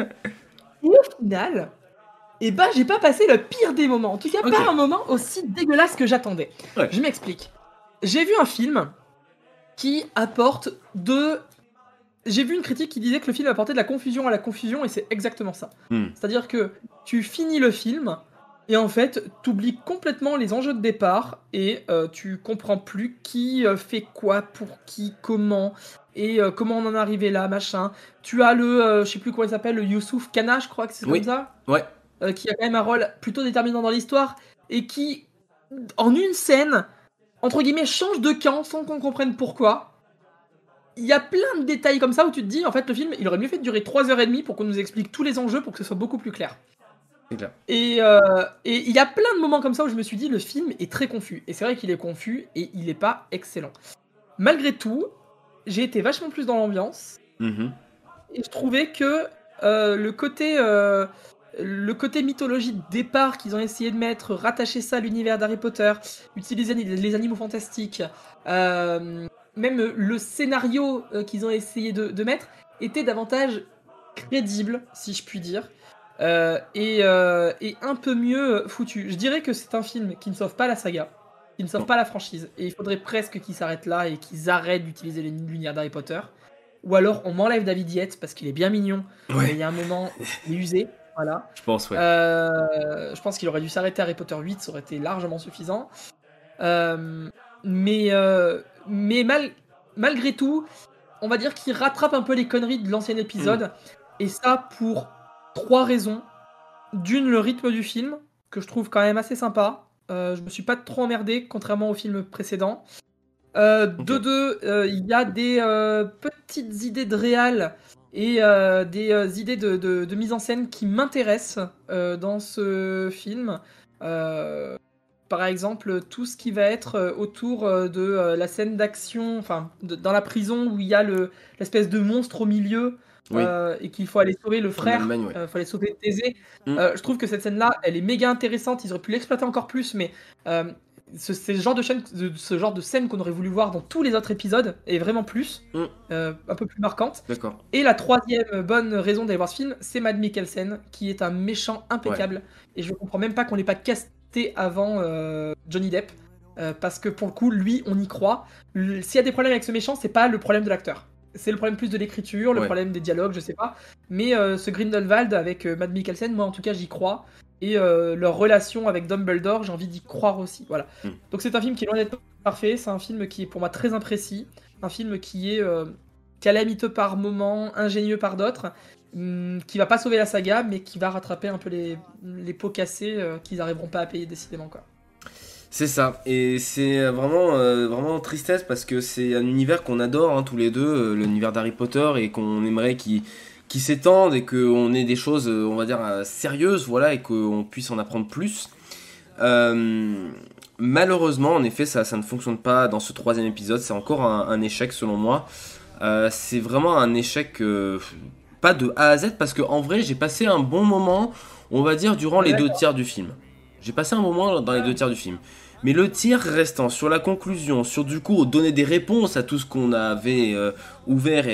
Et au final, j'ai pas passé le pire des moments. En tout cas, Ok. pas un moment aussi dégueulasse que j'attendais. Ouais. Je m'explique. J'ai vu un film qui apporte de... J'ai vu une critique qui disait que le film apportait de la confusion à la confusion, et c'est exactement ça. C'est-à-dire que tu finis le film, et en fait, t'oublies complètement les enjeux de départ, et tu comprends plus qui fait quoi, pour qui, comment, et comment on en est arrivé là, machin. Tu as je sais plus comment il s'appelle, le Youssouf Kana, je crois que c'est Oui. comme ça, Ouais. qui a quand même un rôle plutôt déterminant dans l'histoire, et qui, en une scène, entre guillemets, change de camp sans qu'on comprenne pourquoi. Il y a plein de détails comme ça où tu te dis, en fait, le film, il aurait mieux fait de durer 3h30 pour qu'on nous explique tous les enjeux pour que ce soit beaucoup plus clair. C'est clair. Et il y a plein de moments comme ça où je me suis dit, le film est très confus. Et c'est vrai qu'il est confus et il est pas excellent. Malgré tout, j'ai été vachement plus dans l'ambiance. Mhm. Et je trouvais que le côté le côté mythologie de départ qu'ils ont essayé de mettre, rattacher ça à l'univers d'Harry Potter, utiliser les animaux fantastiques, même le scénario qu'ils ont essayé de mettre était davantage crédible, si je puis dire, et un peu mieux foutu. Je dirais que c'est un film qui ne sauve pas la saga, qui ne sauve pas la franchise, et il faudrait presque qu'ils s'arrêtent là et qu'ils arrêtent d'utiliser l'univers d'Harry Potter. Ou alors on m'enlève David Yates parce qu'il est bien mignon, mais il y a un moment, il est usé. Voilà. Je pense, ouais. Je pense qu'il aurait dû s'arrêter à Harry Potter 8, ça aurait été largement suffisant. Mais malgré tout, on va dire qu'il rattrape un peu les conneries de l'ancien épisode. Et ça pour 3 raisons. D'une, le rythme du film, que je trouve quand même assez sympa. Je me suis pas trop emmerdé, contrairement au film précédent. De deux, il y a des petites idées de réal et des idées de mise en scène qui m'intéressent dans ce film. Par exemple, tout ce qui va être autour de la scène d'action, enfin, dans la prison où il y a l'espèce de monstre au milieu. Oui. Et qu'il faut aller sauver le frère, En Allemagne, ouais. faut aller sauver Thésée. Je trouve que cette scène-là, elle est méga intéressante. Ils auraient pu l'exploiter encore plus, mais c'est le genre de scène qu'on aurait voulu voir dans tous les autres épisodes, et vraiment plus, un peu plus marquante. D'accord. Et la troisième bonne raison d'aller voir ce film, c'est Mads Mikkelsen, qui est un méchant impeccable. Et je comprends même pas qu'on l'ait pas casté avant Johnny Depp, parce que pour le coup, lui, on y croit. S'il y a des problèmes avec ce méchant, c'est pas le problème de l'acteur. C'est le problème plus de l'écriture, le problème des dialogues, je sais pas. Mais ce Grindelwald avec Mads Mikkelsen, moi en tout cas j'y crois. Et leur relation avec Dumbledore, j'ai envie d'y croire aussi. Voilà. Donc c'est un film qui est loin d'être parfait, c'est un film qui est pour moi très imprécis, un film qui est calamiteux par moments, ingénieux par d'autres, qui va pas sauver la saga, mais qui va rattraper un peu les pots cassés qu'ils n'arriveront pas à payer décidément, quoi. C'est ça, et c'est vraiment tristesse parce que c'est un univers qu'on adore hein, tous les deux, l'univers d'Harry Potter, et qu'on aimerait qu'il s'étende et qu'on ait des choses, on va dire, sérieuses, voilà, et qu'on puisse en apprendre plus. Malheureusement, en effet, ça ne fonctionne pas dans ce 3e épisode, c'est encore un échec selon moi. C'est vraiment un échec, pas de A à Z, parce qu'en vrai, j'ai passé un bon moment, on va dire, durant les 2 tiers du film. J'ai passé un moment dans les 2 tiers du film. Mais le tiers restant sur la conclusion, sur du coup donner des réponses à tout ce qu'on avait ouvert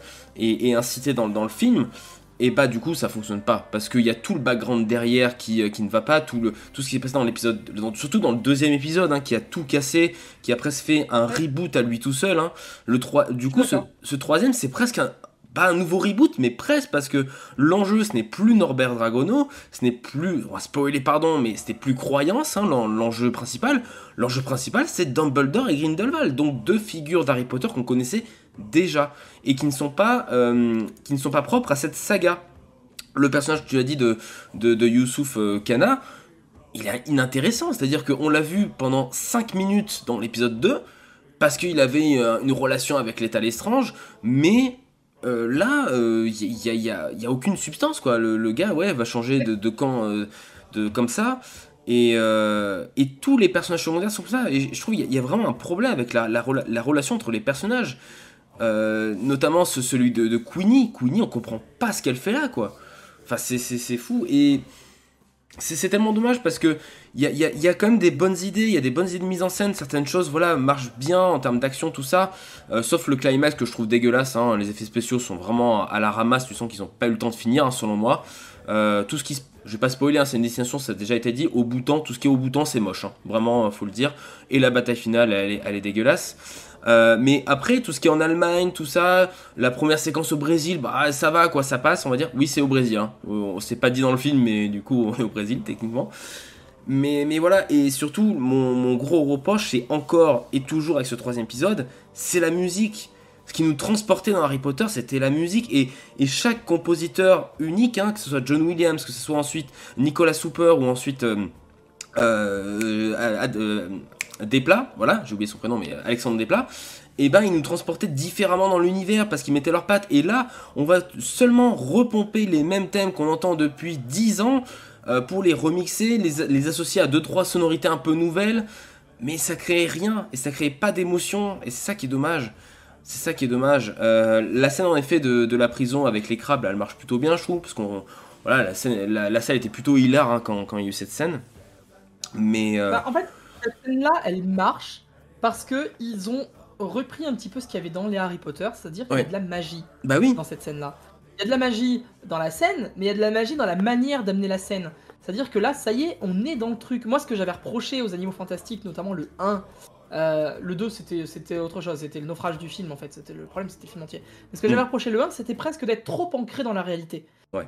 et incité dans le film, et bah du coup ça fonctionne pas. Parce qu'il y a tout le background derrière qui ne va pas, tout ce qui est passé dans l'épisode, surtout dans le 2e épisode, hein, qui a tout cassé, qui a presque fait un reboot à lui tout seul. Hein. Du coup ce 3e c'est presque pas un nouveau reboot, mais presque, parce que l'enjeu, ce n'est plus Norbert Dragono, ce n'est plus, on va spoiler, pardon, mais c'était plus Croyance, hein, l'enjeu principal. L'enjeu principal, c'est Dumbledore et Grindelwald, donc 2 figures d'Harry Potter qu'on connaissait déjà, et qui ne sont pas propres à cette saga. Le personnage, tu l'as dit, de Youssouf Kana, il est inintéressant, c'est-à-dire qu'on l'a vu pendant 5 minutes dans l'épisode 2, parce qu'il avait une relation avec l'État Lestrange, mais... là, il y a aucune substance, quoi. Le gars, va changer de camp comme ça. Et tous les personnages secondaires sont comme ça. Et je trouve qu'il y a vraiment un problème avec la relation entre les personnages. Notamment celui de Queenie. Queenie, on comprend pas ce qu'elle fait là, quoi. Enfin, c'est fou. Et c'est tellement dommage parce que il y a quand même des bonnes idées, il y a des bonnes idées de mise en scène, certaines choses voilà marchent bien en termes d'action, tout ça, sauf le climax que je trouve dégueulasse, hein, les effets spéciaux sont vraiment à la ramasse, tu sens qu'ils n'ont pas eu le temps de finir, hein, selon moi. Tout ce qui je vais pas spoiler, hein, c'est une destination, ça a déjà été dit, au bout tout ce qui est au bout c'est moche, hein, vraiment faut le dire, et la bataille finale elle est dégueulasse. Mais après tout ce qui est en Allemagne, tout ça, la première séquence au Brésil, bah ça va quoi, ça passe on va dire. Oui c'est au Brésil, hein. C'est pas dit dans le film mais du coup on est au Brésil techniquement. Mais voilà, et surtout mon gros reproche c'est encore et toujours avec ce 3e épisode, c'est la musique. Ce qui nous transportait dans Harry Potter c'était la musique, et chaque compositeur unique, hein, que ce soit John Williams, que ce soit ensuite Nicolas Hooper ou ensuite Desplat, voilà, j'ai oublié son prénom, mais Alexandre Desplat, et ben ils nous transportaient différemment dans l'univers parce qu'ils mettaient leurs pattes. Et là, on va seulement repomper les mêmes thèmes qu'on entend depuis 10 ans pour les remixer, les associer à 2-3 sonorités un peu nouvelles, mais ça créait rien et ça créait pas d'émotion, et c'est ça qui est dommage. C'est ça qui est dommage. La scène en effet de la prison avec les crabes, là, elle marche plutôt bien, je trouve, parce qu'on voilà, la salle était plutôt hilar hein, quand il y a eu cette scène. Mais en fait, cette scène-là, elle marche parce que ils ont repris un petit peu ce qu'il y avait dans les Harry Potter, c'est-à-dire qu'il y a de la magie dans cette scène-là. Il y a de la magie dans la scène, mais il y a de la magie dans la manière d'amener la scène. C'est-à-dire que là, ça y est, on est dans le truc. Moi, ce que j'avais reproché aux Animaux Fantastiques, notamment le 1, le 2, c'était autre chose, c'était le naufrage du film en fait. Le problème, c'était le film entier. Mais ce que j'avais reproché le 1, c'était presque d'être trop ancré dans la réalité.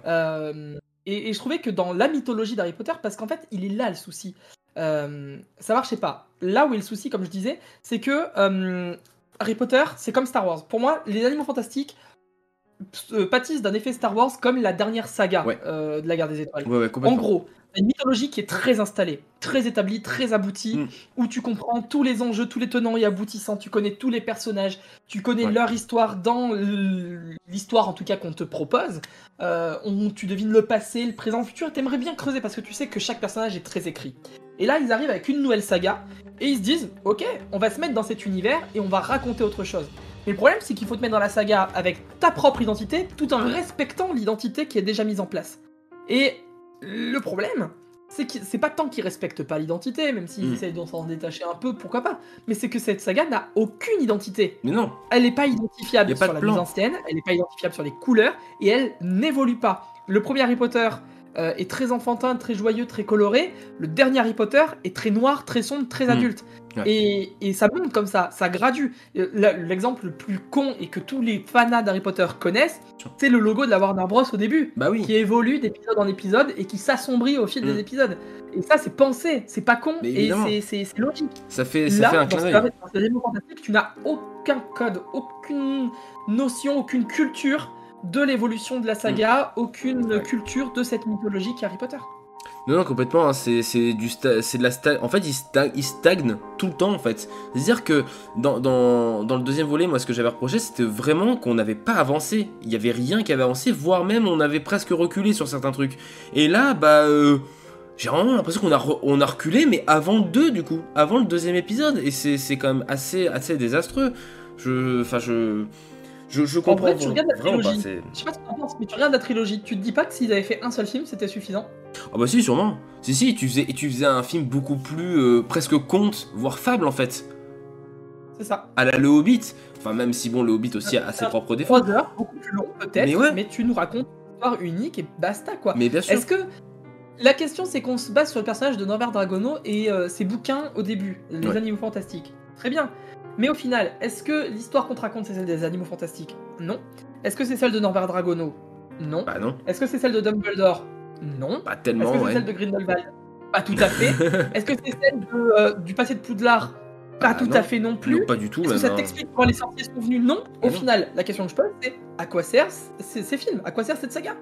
Et je trouvais que dans la mythologie d'Harry Potter, parce qu'en fait, il est là le souci. Ça marchait pas. Là où est le souci, comme je disais, c'est que Harry Potter, c'est comme Star Wars. Pour moi, les Animaux Fantastiques pâtissent d'un effet Star Wars comme la dernière saga de la Guerre des Étoiles. En gros, une mythologie qui est très installée, très établie, très aboutie, où tu comprends tous les enjeux, tous les tenants et aboutissants, tu connais tous les personnages, tu connais leur histoire dans l'histoire en tout cas qu'on te propose, tu devines le passé, le présent, le futur, et t'aimerais bien creuser parce que tu sais que chaque personnage est très écrit. Et là, ils arrivent avec une nouvelle saga, et ils se disent, ok, on va se mettre dans cet univers et on va raconter autre chose. Mais le problème, c'est qu'il faut te mettre dans la saga avec ta propre identité, tout en respectant l'identité qui est déjà mise en place. Et le problème, c'est que c'est pas tant qu'ils respectent pas l'identité, même s'ils essayent de s'en détacher un peu, pourquoi pas. Mais c'est que cette saga n'a aucune identité. Mais non. Elle n'est pas identifiable sur la mise en scène, elle n'est pas identifiable sur les couleurs, et elle n'évolue pas. Le premier Harry Potter est très enfantin, très joyeux, très coloré. Le dernier Harry Potter est très noir, très sombre, très adulte. Et ça monte comme ça gradue. L'exemple le plus con et que tous les fanats d'Harry Potter connaissent, c'est le logo de la Warner Bros au début, qui évolue d'épisode en épisode et qui s'assombrit au fil des épisodes. Et ça, c'est pensé, c'est pas con, et c'est logique. Ça fait un clin d'œil. Dans ce Animaux Fantastiques, tu n'as aucun code, aucune notion, aucune culture de l'évolution de la saga, aucune culture de cette mythologie qui est Harry Potter. Non, complètement, hein, en fait, il stagne tout le temps, en fait. C'est-à-dire que dans le deuxième volet, moi, ce que j'avais reproché, c'était vraiment qu'on n'avait pas avancé. Il n'y avait rien qui avait avancé, voire même on avait presque reculé sur certains trucs. Et là, j'ai vraiment l'impression qu'on a reculé, mais avant le 2, du coup. Avant le deuxième épisode. Et c'est quand même assez désastreux. Je comprends. En vrai, tu regardes la trilogie. Je sais pas ce que tu en penses, mais tu regardes la trilogie. Tu te dis pas que s'ils avaient fait un seul film, c'était suffisant? Ah bah si, sûrement. Si, tu faisais un film beaucoup plus presque conte, voire fable en fait. C'est ça. À la Le Hobbit. Enfin, même si bon, Le Hobbit aussi a ses propres défauts. 3 heures, beaucoup plus long peut-être, mais tu nous racontes une histoire unique et basta quoi. Mais bien sûr. Est-ce que la question c'est qu'on se base sur le personnage de Norbert Dragono et ses bouquins au début, les Animaux Fantastiques. Très bien. Mais au final, est-ce que l'histoire qu'on te raconte c'est celle des Animaux Fantastiques? Non. Est-ce que c'est celle de Norbert Dragono? Non. Bah non. Est-ce que c'est celle de Dumbledore? Non. Pas tellement. Est-ce que c'est celle de Grindelwald? Pas tout à fait. Est-ce que c'est celle du passé de Poudlard? Pas tout à fait non plus. Non, pas du tout. Est-ce que ça t'explique comment les sorciers sont venus? Non. Au final, la question que je pose c'est à quoi servent ces films? À quoi sert cette saga?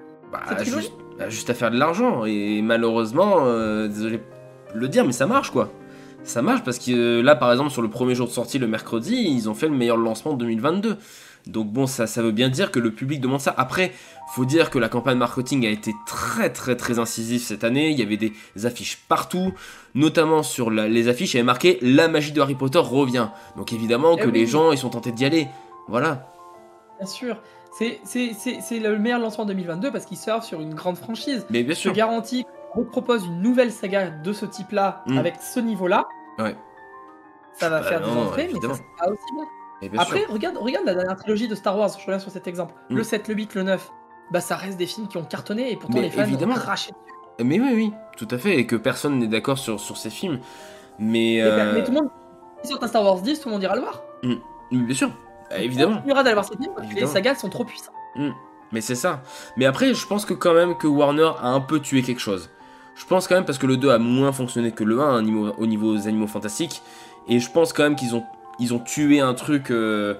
Juste à faire de l'argent. Et malheureusement, désolé de le dire, mais ça marche quoi. Ça marche parce que là, par exemple, sur le premier jour de sortie, le mercredi, ils ont fait le meilleur lancement de 2022. Donc bon, ça veut bien dire que le public demande ça. Après, faut dire que la campagne marketing a été très incisive cette année. Il y avait des affiches partout, notamment sur les affiches, il y avait marqué « La magie de Harry Potter revient ». Donc évidemment que les gens, ils sont tentés d'y aller. Voilà. Bien sûr. C'est le meilleur lancement de 2022 parce qu'il surfe sur une grande franchise. Mais bien sûr. Je garantis qu'on propose une nouvelle saga de ce type-là, avec ce niveau-là. Ouais. Ça va faire des entrées, mais ça sera aussi bien. Après, regarde la dernière trilogie de Star Wars, je reviens sur cet exemple. Le 7, le 8, le 9, ça reste des films qui ont cartonné et pourtant les fans ont craché dessus. Mais oui, tout à fait, et que personne n'est d'accord sur ces films. Mais tout le monde, si sur un Star Wars 10, tout le monde ira le voir. Bien sûr, évidemment. On ira d'aller voir ces films parce que les sagas sont trop puissantes. Mais c'est ça. Mais après, je pense que quand même que Warner a un peu tué quelque chose. Je pense quand même parce que le 2 a moins fonctionné que le 1 au niveau des Animaux Fantastiques. Et je pense quand même qu'ils ont tué un truc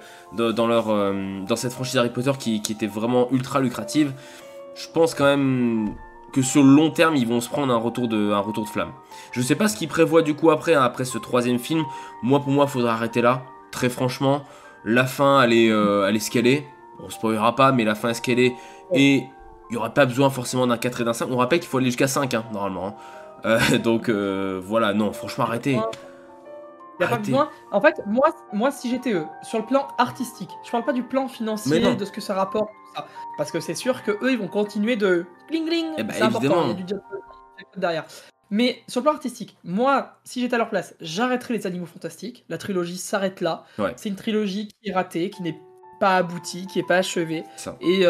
dans cette franchise Harry Potter qui était vraiment ultra lucrative. Je pense quand même que sur le long terme, ils vont se prendre un retour de flamme. Je sais pas ce qu'ils prévoient du coup après ce troisième film. Pour moi, faudra arrêter là. Très franchement, la fin, elle est ce qu'elle est. On spoilera pas, mais la fin est ce qu'elle est. Et il n'y aurait pas besoin forcément d'un 4 et d'un 5. On rappelle qu'il faut aller jusqu'à 5, normalement. Donc voilà, non, franchement, arrêtez. Il y a pas besoin. En fait, moi, si j'étais eux, sur le plan artistique, je parle pas du plan financier, de ce que ça rapporte, tout ça. Parce que c'est sûr que eux, ils vont continuer de gling gling. C'est important, il y a du dialogue derrière. Mais sur le plan artistique, moi, si j'étais à leur place, j'arrêterais les Animaux Fantastiques. La trilogie s'arrête là. Ouais. C'est une trilogie qui est ratée, qui n'est pas aboutie, qui est pas achevée. Et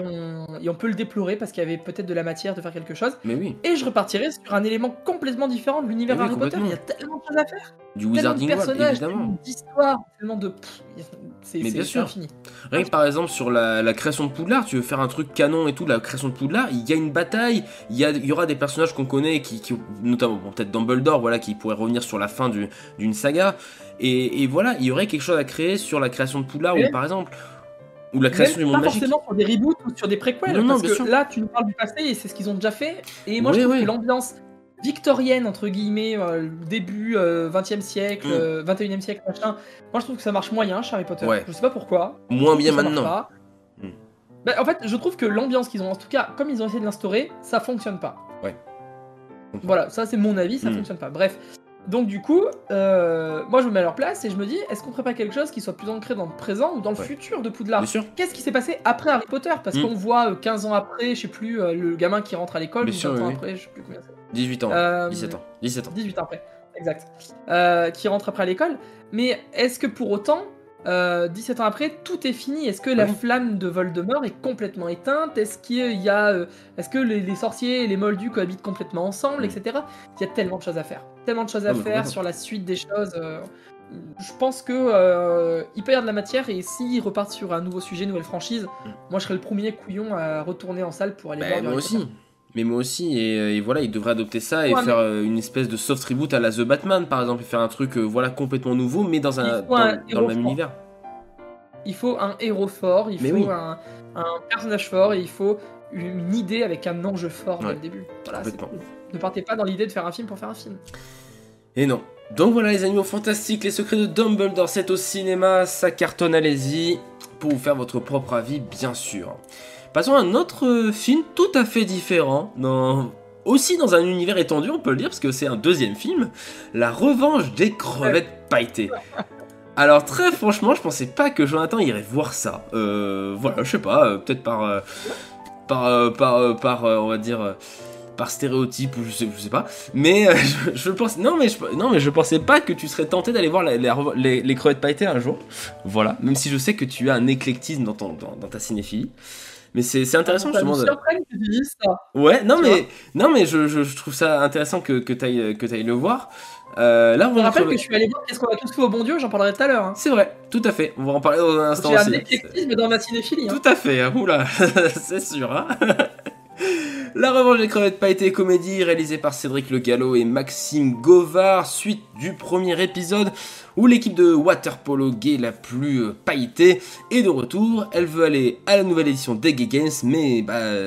on peut le déplorer parce qu'il y avait peut-être de la matière de faire quelque chose. Mais oui. Et je repartirais sur un élément complètement différent de l'univers Harry Potter. Il y a tellement de choses à faire. Du Wizarding World, évidemment. Tellement d'histoires, tellement de... C'est infini. Rien que par exemple sur la création de Poudlard, tu veux faire un truc canon et tout, la création de Poudlard, il y a une bataille, il y aura des personnages qu'on connaît, qui notamment peut-être Dumbledore, voilà, qui pourrait revenir sur la fin d'une saga. Et voilà, il y aurait quelque chose à créer sur la création de Poudlard, ou par exemple, ou la création du monde magique. Pas forcément sur des reboots ou sur des préquels, parce que là, tu nous parles du passé et c'est ce qu'ils ont déjà fait. Et moi, je trouve que l'ambiance victorienne, entre guillemets, début 20e siècle, 21e siècle, machin, moi je trouve que ça marche moyen chez Harry Potter. Je sais pas pourquoi. Moins bien maintenant. Bah, en fait, je trouve que l'ambiance qu'ils ont, en tout cas, comme ils ont essayé de l'instaurer, ça fonctionne pas. Ouais. Voilà, ça c'est mon avis, ça fonctionne pas. Bref. Donc du coup, moi je me mets à leur place et je me dis, est-ce qu'on ferait pas quelque chose qui soit plus ancré dans le présent ou dans le futur de Poudlard? Qu'est-ce qui s'est passé après Harry Potter? Parce qu'on voit 15 ans après, je sais plus, le gamin qui rentre à l'école, ou 20 ans après, je sais plus combien c'est. 18 ans, 17 ans. 18 ans après, exact. Qui rentre après à l'école. Mais est-ce que pour autant, 17 ans après, tout est fini? Est-ce que la flamme de Voldemort est complètement éteinte? Est-ce qu'il y a, est-ce que les sorciers et les moldus cohabitent complètement ensemble, etc. Il y a tellement de choses à faire. Tellement de choses à faire sur la suite des choses. Je pense que il peut y avoir de la matière et s'ils repartent sur un nouveau sujet, nouvelle franchise, moi je serais le premier couillon à retourner en salle pour aller voir. Moi aussi. Mais moi aussi, et voilà, ils devraient adopter ça et faire une espèce de soft reboot à la The Batman, par exemple, et faire un truc voilà, complètement nouveau, mais dans le même univers. Il faut un héros fort, il faut un personnage fort, et il faut une idée avec un enjeu fort dès le début. Voilà, ne partez pas dans l'idée de faire un film pour faire un film. Et non. Donc voilà, les Animaux Fantastiques, les secrets de Dumbledore, c'est au cinéma, ça cartonne, allez-y, pour vous faire votre propre avis, bien sûr. Passons à un autre film tout à fait différent, aussi dans un univers étendu, on peut le dire, parce que c'est un deuxième film, La Revanche des crevettes pailletées. Alors très franchement, je pensais pas que Jonathan irait voir ça. Voilà, je sais pas, peut-être par on va dire, par stéréotype ou je sais pas. Mais je pense, non mais je pensais pas que tu serais tenté d'aller voir les crevettes pailletées un jour. Voilà, même si je sais que tu as un éclectisme dans ta cinéphilie. Mais c'est intéressant justement. Ça me surprend que tu dises ça. Ouais, non mais je trouve ça intéressant que t'ailles le voir. Là, je me rappelle que je suis allé voir Qu'est-ce qu'on a tous fait au bon Dieu, j'en parlerai tout à l'heure. Hein. C'est vrai, tout à fait. On va en parler dans un instant. J'ai aussi. un éclectisme dans ma cinéphilie. Tout à fait, oula, c'est sûr. Hein. La Revanche des crevettes pailletées, comédie réalisée par Cédric Le Gallo et Maxime Govard, suite du premier épisode où l'équipe de water-polo gay la plus pailletée est de retour. Elle veut aller à la nouvelle édition des Gay Games, mais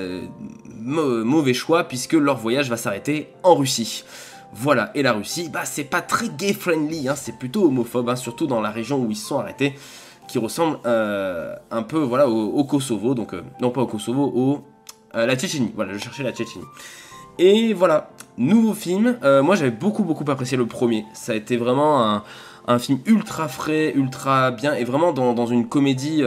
mauvais choix puisque leur voyage va s'arrêter en Russie. Voilà, et la Russie, c'est pas très gay-friendly, hein, c'est plutôt homophobe, hein, surtout dans la région où ils se sont arrêtés, qui ressemble un peu voilà, au Kosovo, donc non pas au Kosovo, la Tchétchénie, voilà, je cherchais la Tchétchénie. Et voilà, nouveau film, moi j'avais beaucoup apprécié le premier, ça a été vraiment un film ultra frais, ultra bien, et vraiment dans une comédie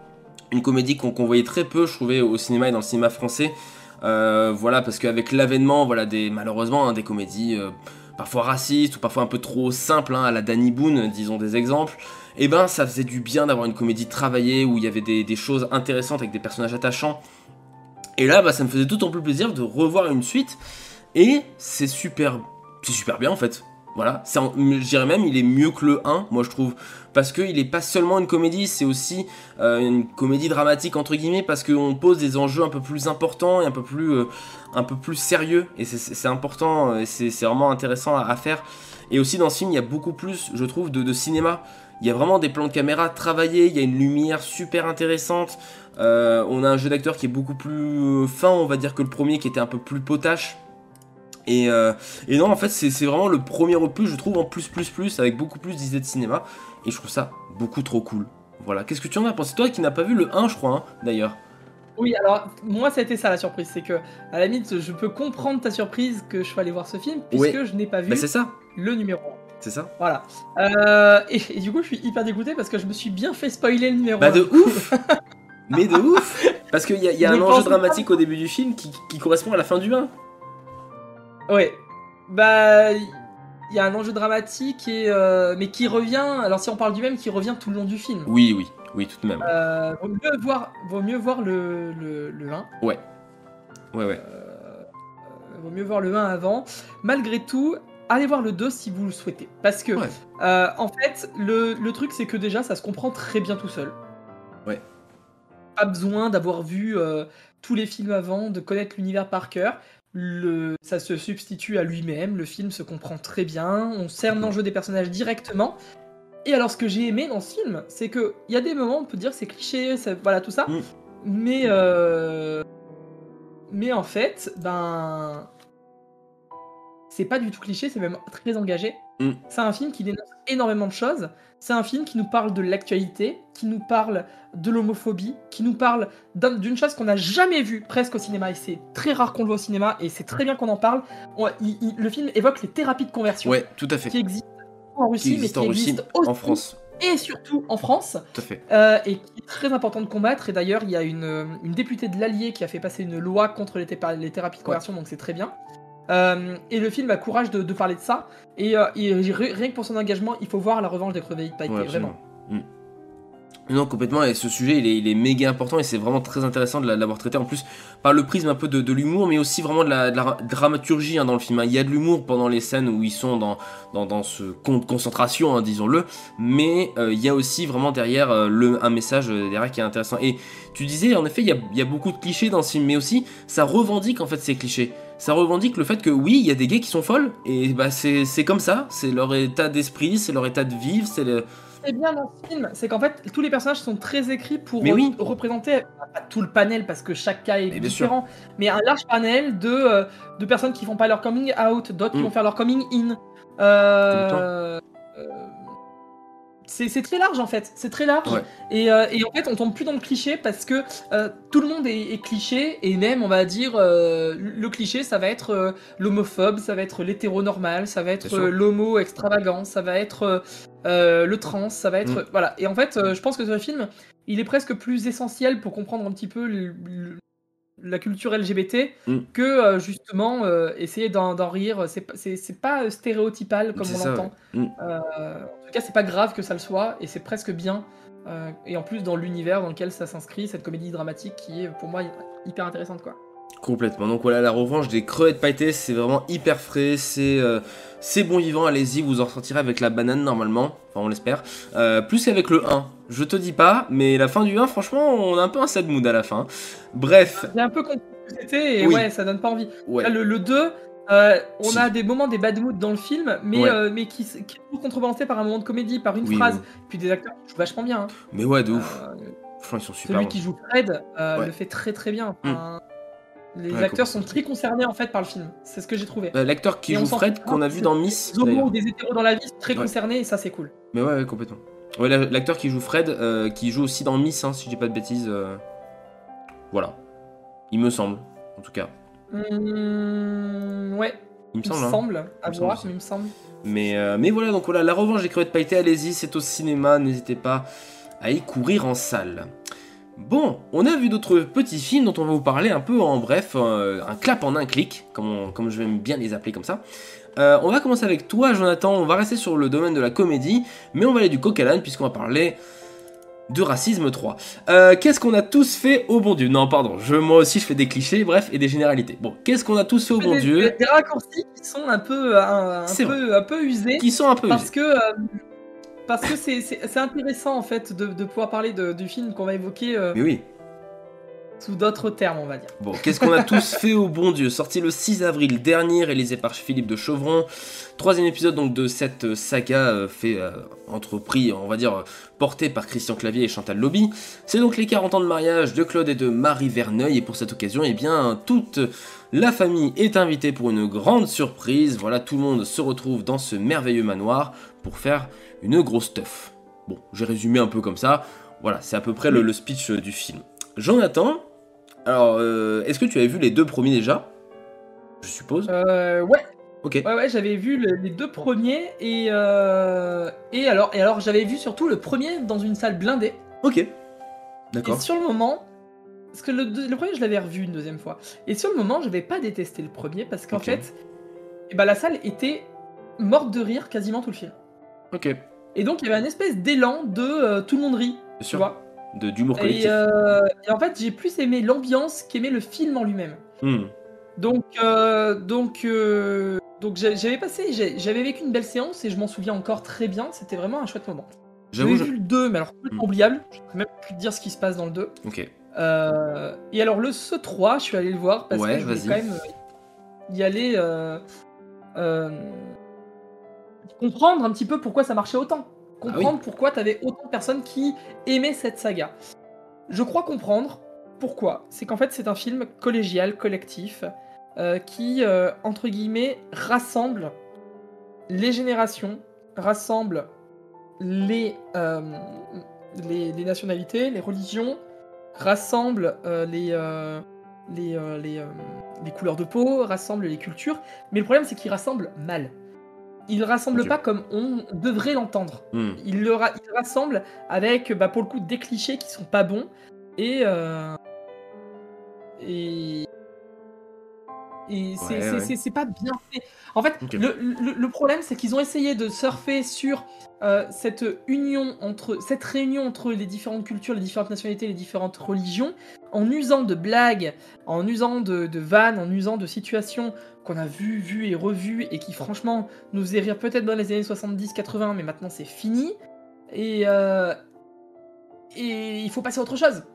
qu'on voyait très peu, je trouvais, au cinéma et dans le cinéma français. Voilà, parce qu'avec l'avènement, voilà, malheureusement, des comédies parfois racistes ou parfois un peu trop simples, à la Danny Boone, disons des exemples, et ça faisait du bien d'avoir une comédie travaillée où il y avait des choses intéressantes avec des personnages attachants. Et là, ça me faisait d'autant plus plaisir de revoir une suite, et c'est super bien en fait. Voilà, je dirais même il est mieux que le 1, moi je trouve, parce qu'il n'est pas seulement une comédie, c'est aussi une comédie dramatique entre guillemets, parce qu'on pose des enjeux un peu plus importants et un peu plus sérieux, et c'est important, et c'est vraiment intéressant à faire. Et aussi dans ce film, il y a beaucoup plus, je trouve, de cinéma. Il y a vraiment des plans de caméra travaillés, il y a une lumière super intéressante, on a un jeu d'acteur qui est beaucoup plus fin, on va dire, que le premier qui était un peu plus potache. Et non, en fait, c'est vraiment le premier opus, je trouve, en plus, avec beaucoup plus d'idées de cinéma. Et je trouve ça beaucoup trop cool. Voilà, qu'est-ce que tu en as pensé? Toi qui n'as pas vu le 1, je crois, d'ailleurs. Oui, alors, moi, ça a été ça la surprise. C'est que, à la limite, je peux comprendre ta surprise que je sois allé voir ce film, puisque je n'ai pas vu c'est ça. le numéro 1. C'est ça. Voilà. Et du coup, je suis hyper dégoûté parce que je me suis bien fait spoiler le numéro 1. Bah de ouf. Mais de ouf. Parce qu'il y a un enjeu dramatique au début du film qui correspond à la fin du 1. Ouais. Bah, il y a un enjeu dramatique mais qui revient. Alors si on parle du même, qui revient tout le long du film. Oui, tout de même. Vaut mieux voir le 1. Ouais. Vaut mieux voir le 1 avant. Malgré tout, allez voir le 2 si vous le souhaitez. Parce que, en fait, le truc, c'est que déjà, ça se comprend très bien tout seul. Ouais. Pas besoin d'avoir vu tous les films avant, de connaître l'univers par cœur. Ça se substitue à lui-même, le film se comprend très bien, on cerne l'enjeu des personnages directement. Et alors, ce que j'ai aimé dans ce film, c'est qu'il y a des moments, on peut dire que c'est cliché, voilà, tout ça. Mais en fait, c'est pas du tout cliché, c'est même très engagé. C'est un film qui dénonce énormément de choses. C'est un film qui nous parle de l'actualité, qui nous parle de l'homophobie, qui nous parle d'une chose qu'on n'a jamais vue presque au cinéma. Et c'est très rare qu'on le voit au cinéma, et c'est très bien qu'on en parle. Le film évoque les thérapies de conversion. Ouais, tout à fait. Qui existent en Russie, mais qui existent aussi en France. Et surtout en France. Tout à fait. Et qui est très important de combattre. Et d'ailleurs, il y a une députée de l'Allier qui a fait passer une loi contre les thérapies de conversion, donc c'est très bien. Et le film a courage de parler de ça. Et rien que pour son engagement, il faut voir La Revanche des Creveilles de Pailleté, vraiment. Non, complètement, et ce sujet il est méga important et c'est vraiment très intéressant de l'avoir traité en plus par le prisme un peu de l'humour, mais aussi vraiment de la dramaturgie dans le film. Il y a de l'humour pendant les scènes où ils sont dans ce camp de concentration, disons-le, mais il y a aussi vraiment derrière un message derrière qui est intéressant. Et tu disais, en effet, il y a beaucoup de clichés dans ce film, mais aussi ça revendique en fait ces clichés. Ça revendique le fait que oui, il y a des gays qui sont folles, et c'est comme ça, c'est leur état d'esprit, c'est leur état de vivre, c'est bien dans ce film, c'est qu'en fait tous les personnages sont très écrits pour représenter pas tout le panel parce que chaque cas est différent, mais un large panel de personnes qui font pas leur coming out, d'autres qui vont faire leur coming in. C'est très large en fait, c'est très large. Et en fait on tombe plus dans le cliché parce que tout le monde est cliché, et même on va dire le cliché ça va être l'homophobe, ça va être l'hétéronormal, ça va être l'homo extravagant, ça va être le trans, ça va être voilà. Et en fait je pense que ce film il est presque plus essentiel pour comprendre un petit peu la culture LGBT que justement essayer d'en rire. C'est pas stéréotypal comme on l'entend. En tout cas c'est pas grave que ça le soit, et c'est presque bien, et en plus dans l'univers dans lequel ça s'inscrit, cette comédie dramatique qui est pour moi hyper intéressante quoi. Complètement. Donc voilà, La Revanche des Crevettes Pailletées, c'est vraiment hyper frais, c'est bon vivant, allez-y, vous en sortirez avec la banane normalement, enfin on l'espère, plus qu'avec le 1, je te dis pas, mais la fin du 1, franchement, on a un peu un sad mood à la fin. Bref. J'ai un peu compris ce que c'était, et ouais, ça donne pas envie. Là, le 2, on a des moments, des bad moods dans le film, mais qui sont contrebalancés par un moment de comédie, par une phrase, puis des acteurs qui jouent vachement bien. Mais ouais, de ouf. Franchement, ils sont super Celui qui joue Fred le fait très très bien. Les acteurs sont très concernés en fait par le film, c'est ce que j'ai trouvé. L'acteur qui joue Fred, qu'on a vu dans Miss, des homos ou des hétéros dans la vie sont très concernés, et ça c'est cool. Mais ouais, complètement. Ouais, l'acteur qui joue Fred, qui joue aussi dans Miss, si je dis pas de bêtises. Voilà. Il me semble, en tout cas. Ouais. Il me semble. À voir, mais il me semble. Mais voilà, donc voilà, La Revanche des Crevettes Pailletées, allez-y, c'est au cinéma, n'hésitez pas à y courir en salle. Bon, on a vu d'autres petits films dont on va vous parler un peu en bref, un clap en un clic, comme je vais bien les appeler comme ça. On va commencer avec toi, Jonathan, on va rester sur le domaine de la comédie, mais on va aller du coq à l'âne puisqu'on va parler de Racisme 3. Qu'est-ce qu'on a tous fait au bon Dieu? Non, pardon, moi aussi je fais des clichés, bref, et des généralités. Bon, qu'est-ce qu'on a tous fait au bon Dieu? Des raccourcis qui sont un peu usés. Qui sont un peu usés. Parce que c'est intéressant en fait de pouvoir parler du film qu'on va évoquer mais oui. Sous d'autres termes, on va dire. Bon, qu'est-ce qu'on a tous fait au bon Dieu? Sorti le 6 avril dernier, réalisé par Philippe de Chauvron. 3e épisode donc de cette saga entrepris, on va dire, porté par Christian Clavier et Chantal Lobby. C'est donc les 40 ans de mariage de Claude et de Marie Verneuil, et pour cette occasion, eh bien, toute la famille est invitée pour une grande surprise. Voilà, tout le monde se retrouve dans ce merveilleux manoir pour faire une grosse teuf. Bon, j'ai résumé un peu comme ça. Voilà, c'est à peu près le speech du film. Jonathan, alors, est-ce que tu avais vu les 2 premiers déjà? Je suppose. Ouais. Ok. Ouais, j'avais vu les 2 premiers et alors j'avais vu surtout le premier dans une salle blindée. Ok. D'accord. Et sur le moment, parce que le premier je l'avais revu une deuxième fois, et sur le moment j'avais pas détesté le premier parce qu'en fait, la salle était morte de rire quasiment tout le film. Ok. Et donc il y avait une espèce d'élan de tout le monde rit, Bien sûr. tu vois. D'humour collectif. Et en fait j'ai plus aimé l'ambiance qu'aimé le film en lui-même. Donc j'avais vécu une belle séance et je m'en souviens encore très bien, c'était vraiment un chouette moment. J'avais vu le 2, mais alors complètement oubliable, je ne peux même plus te dire ce qui se passe dans le 2. Ok. Et alors ce 3, je suis allé le voir parce que je voulais quand même y aller comprendre un petit peu pourquoi ça marchait autant. Comprendre pourquoi t'avais autant de personnes qui aimaient cette saga. Je crois comprendre pourquoi. C'est qu'en fait c'est un film collégial, collectif, qui, entre guillemets, rassemble les générations, rassemble les nationalités, les religions, rassemble les couleurs de peau, rassemble les cultures, mais le problème c'est qu'il rassemble mal. Il ne rassemble pas comme on devrait l'entendre. Il rassemble avec, pour le coup, des clichés qui sont pas bons, et c'est pas bien fait. En fait, le problème, c'est qu'ils ont essayé de surfer sur cette réunion entre les différentes cultures, les différentes nationalités, les différentes religions, en usant de blagues, en usant de vannes, en usant de situations qu'on a vues et revues, et qui, franchement, nous faisaient rire peut-être dans les années 70-80, mais maintenant, c'est fini. Et il faut passer à autre chose.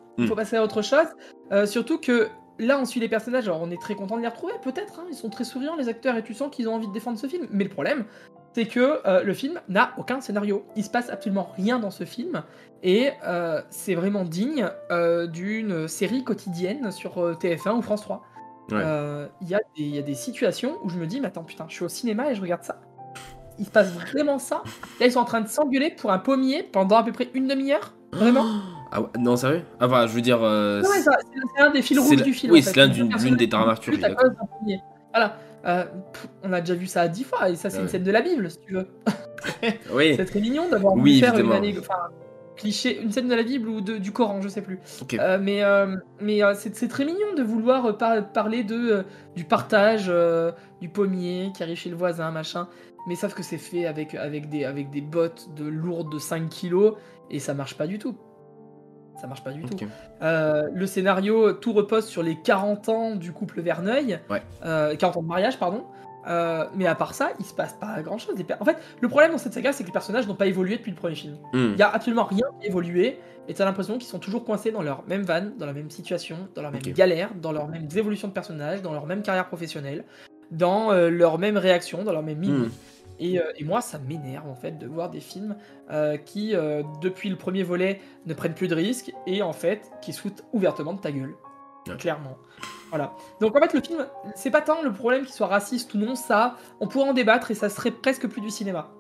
Surtout que là, on suit les personnages, alors on est très content de les retrouver, peut-être, hein, ils sont très souriants, les acteurs, et tu sens qu'ils ont envie de défendre ce film. Mais le problème, c'est que le film n'a aucun scénario. Il se passe absolument rien dans ce film, et c'est vraiment digne d'une série quotidienne sur TF1 ou France 3. Il y a des situations où je me dis, mais attends, putain, je suis au cinéma et je regarde ça. Il se passe vraiment ça. Là, ils sont en train de s'engueuler pour un pommier pendant à peu près une demi-heure. Vraiment. Ah ouais, non, sérieux? Enfin, je veux dire... c'est un des fils rouges du film. Oui, en fait. c'est l'un d'une des dramaturgies. Voilà. On a déjà vu ça 10 fois, et ça, c'est une scène de la Bible, si tu veux. Oui. C'est très mignon d'avoir voulu faire cliché, une scène de la Bible ou du Coran, je sais plus. Okay. Mais c'est très mignon de vouloir parler du partage du pommier qui arrive chez le voisin, machin. Mais sauf que c'est fait avec des bottes lourdes de 5 kilos, et ça marche pas du tout. Tout. Le scénario, tout repose sur les 40 ans du couple Verneuil. 40 ans de mariage, pardon. Mais à part ça, il se passe pas grand chose. En fait, le problème dans cette saga, c'est que les personnages n'ont pas évolué depuis le premier film. Il y a absolument rien qui a évolué, et t'as l'impression qu'ils sont toujours coincés dans leur même vanne, dans la même situation, dans leur même galère, dans leurs mêmes évolutions de personnages, dans leur même carrière professionnelle, dans leur même réaction, dans leur même mimique. Et moi, ça m'énerve en fait de voir des films qui, depuis le premier volet, ne prennent plus de risques, et en fait, qui se foutent ouvertement de ta gueule. Clairement. Voilà. Donc en fait, le film, c'est pas tant le problème qu'il soit raciste ou non, ça, on pourrait en débattre, et ça serait presque plus du cinéma.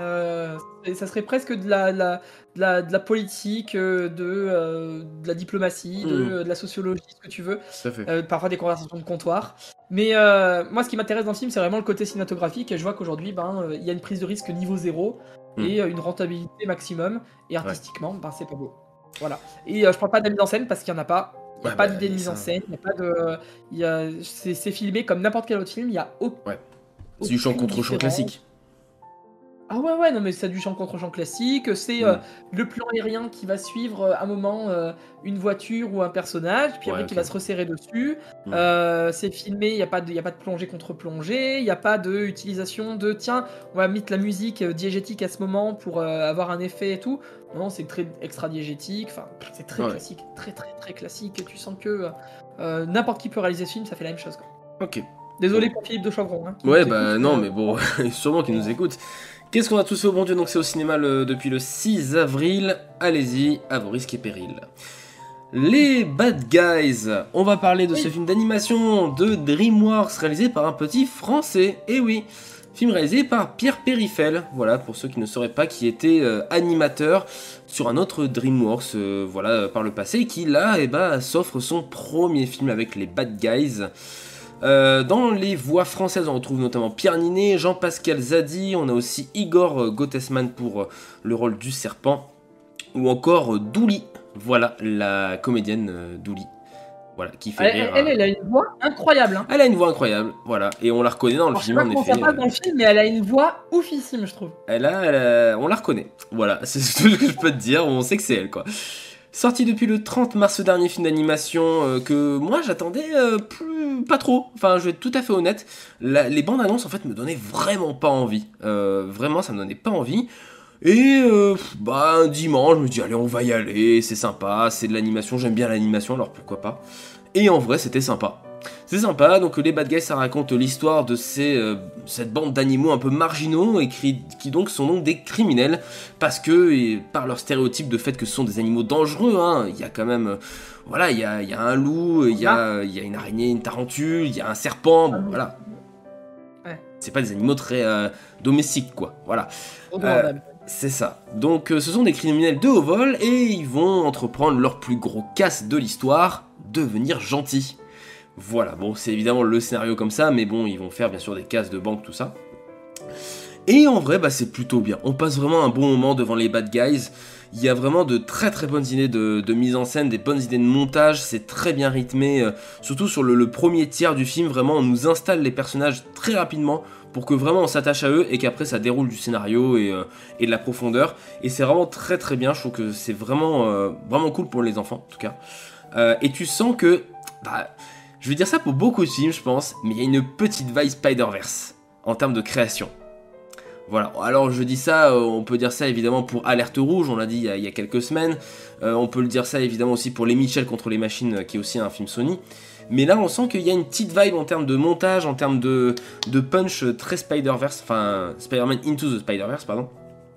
Ça serait presque de la politique, de la diplomatie, de la sociologie, ce que tu veux. Parfois des conversations de comptoir. Mais moi, ce qui m'intéresse dans le film, c'est vraiment le côté cinématographique, et je vois qu'aujourd'hui, il y a une prise de risque niveau 0 et une rentabilité maximum, et artistiquement, c'est pas beau. Voilà. Et je parle pas de la mise en scène parce qu'il y en a pas. Il n'y a pas d'idée de mise en scène, il n'y a pas de. C'est filmé comme n'importe quel autre film, il y a c'est du champ contre champ classique. Ah ouais, non mais c'est du champ contre champ classique, c'est le plan aérien qui va suivre à un moment une voiture ou un personnage, puis après qui va se resserrer dessus. C'est filmé, il n'y a pas de plongée contre plongée, il n'y a pas d'utilisation de tiens, on va mettre la musique diégétique à ce moment pour avoir un effet et tout. Non, c'est très extra diégétique, enfin c'est très classique, très très très classique, et tu sens que n'importe qui peut réaliser ce film, ça fait la même chose, quoi. Ok. Désolé pour Philippe de Chauvron. Hein, non, mais bon, sûrement qu'il nous écoute. Qu'est-ce qu'on a tous fait au bon Dieu? Donc c'est au cinéma depuis le 6 avril. Allez-y, à vos risques et périls. Les Bad Guys. On va parler de ce film d'animation de DreamWorks réalisé par un petit Français. Et oui, film réalisé par Pierre Périfel. Voilà, pour ceux qui ne sauraient pas, qui était animateur sur un autre DreamWorks par le passé, et qui là s'offre son premier film avec les Bad Guys. Dans les voix françaises, on retrouve notamment Pierre Ninet, Jean-Pascal Zadi, on a aussi Igor Gottesman pour le rôle du serpent, ou encore Douli, voilà, la comédienne Douli. Voilà, qui fait rire. Elle a une voix incroyable. Hein. Elle a une voix incroyable, voilà, et on la reconnaît dans le film, en effet. Je sais pas comment ça passe dans le film, mais elle a une voix oufissime, je trouve. On la reconnaît, voilà, c'est tout ce que je peux te dire, on sait que c'est elle, quoi. Sorti depuis le 30 mars dernier, film d'animation que moi j'attendais pas trop, enfin je vais être tout à fait honnête, les bandes annonces en fait me donnaient vraiment pas envie, vraiment ça me donnait pas envie. Et un dimanche, je me dis allez on va y aller, c'est sympa, c'est de l'animation, j'aime bien l'animation alors pourquoi pas. Et en vrai c'était sympa. C'est sympa, donc les Bad Guys ça raconte l'histoire de cette bande d'animaux un peu marginaux et qui donc sont donc des criminels parce que, et par leur stéréotype de fait que ce sont des animaux dangereux, hein, il y a quand même, voilà, il y a un loup, il y a une araignée, une tarentule, il y a un serpent, bon, voilà. Ouais. C'est pas des animaux très domestiques quoi, voilà. C'est ça. Donc ce sont des criminels de haut vol et ils vont entreprendre leur plus gros casse de l'histoire, devenir gentils. Voilà, bon c'est évidemment le scénario comme ça, mais bon ils vont faire bien sûr des casses de banque, tout ça. Et en vrai c'est plutôt bien, on passe vraiment un bon moment devant les Bad Guys. Il y a vraiment de très très bonnes idées de mise en scène, des bonnes idées de montage, c'est très bien rythmé, surtout sur le premier tiers du film, vraiment on nous installe les personnages très rapidement pour que vraiment on s'attache à eux et qu'après ça déroule du scénario et de la profondeur. Et c'est vraiment très très bien, je trouve que c'est vraiment, vraiment cool pour les enfants en tout cas. Et tu sens que, je vais dire ça pour beaucoup de films je pense, mais il y a une petite vibe Spider-Verse en termes de création. Voilà, alors je dis ça, on peut dire ça évidemment pour Alerte Rouge, on l'a dit il y a quelques semaines, on peut le dire ça évidemment aussi pour Les Mitchell contre les machines, qui est aussi un film Sony, mais là on sent qu'il y a une petite vibe en termes de montage, en termes de punch très Spider-Verse, enfin Spider-Man Into the Spider-Verse, pardon,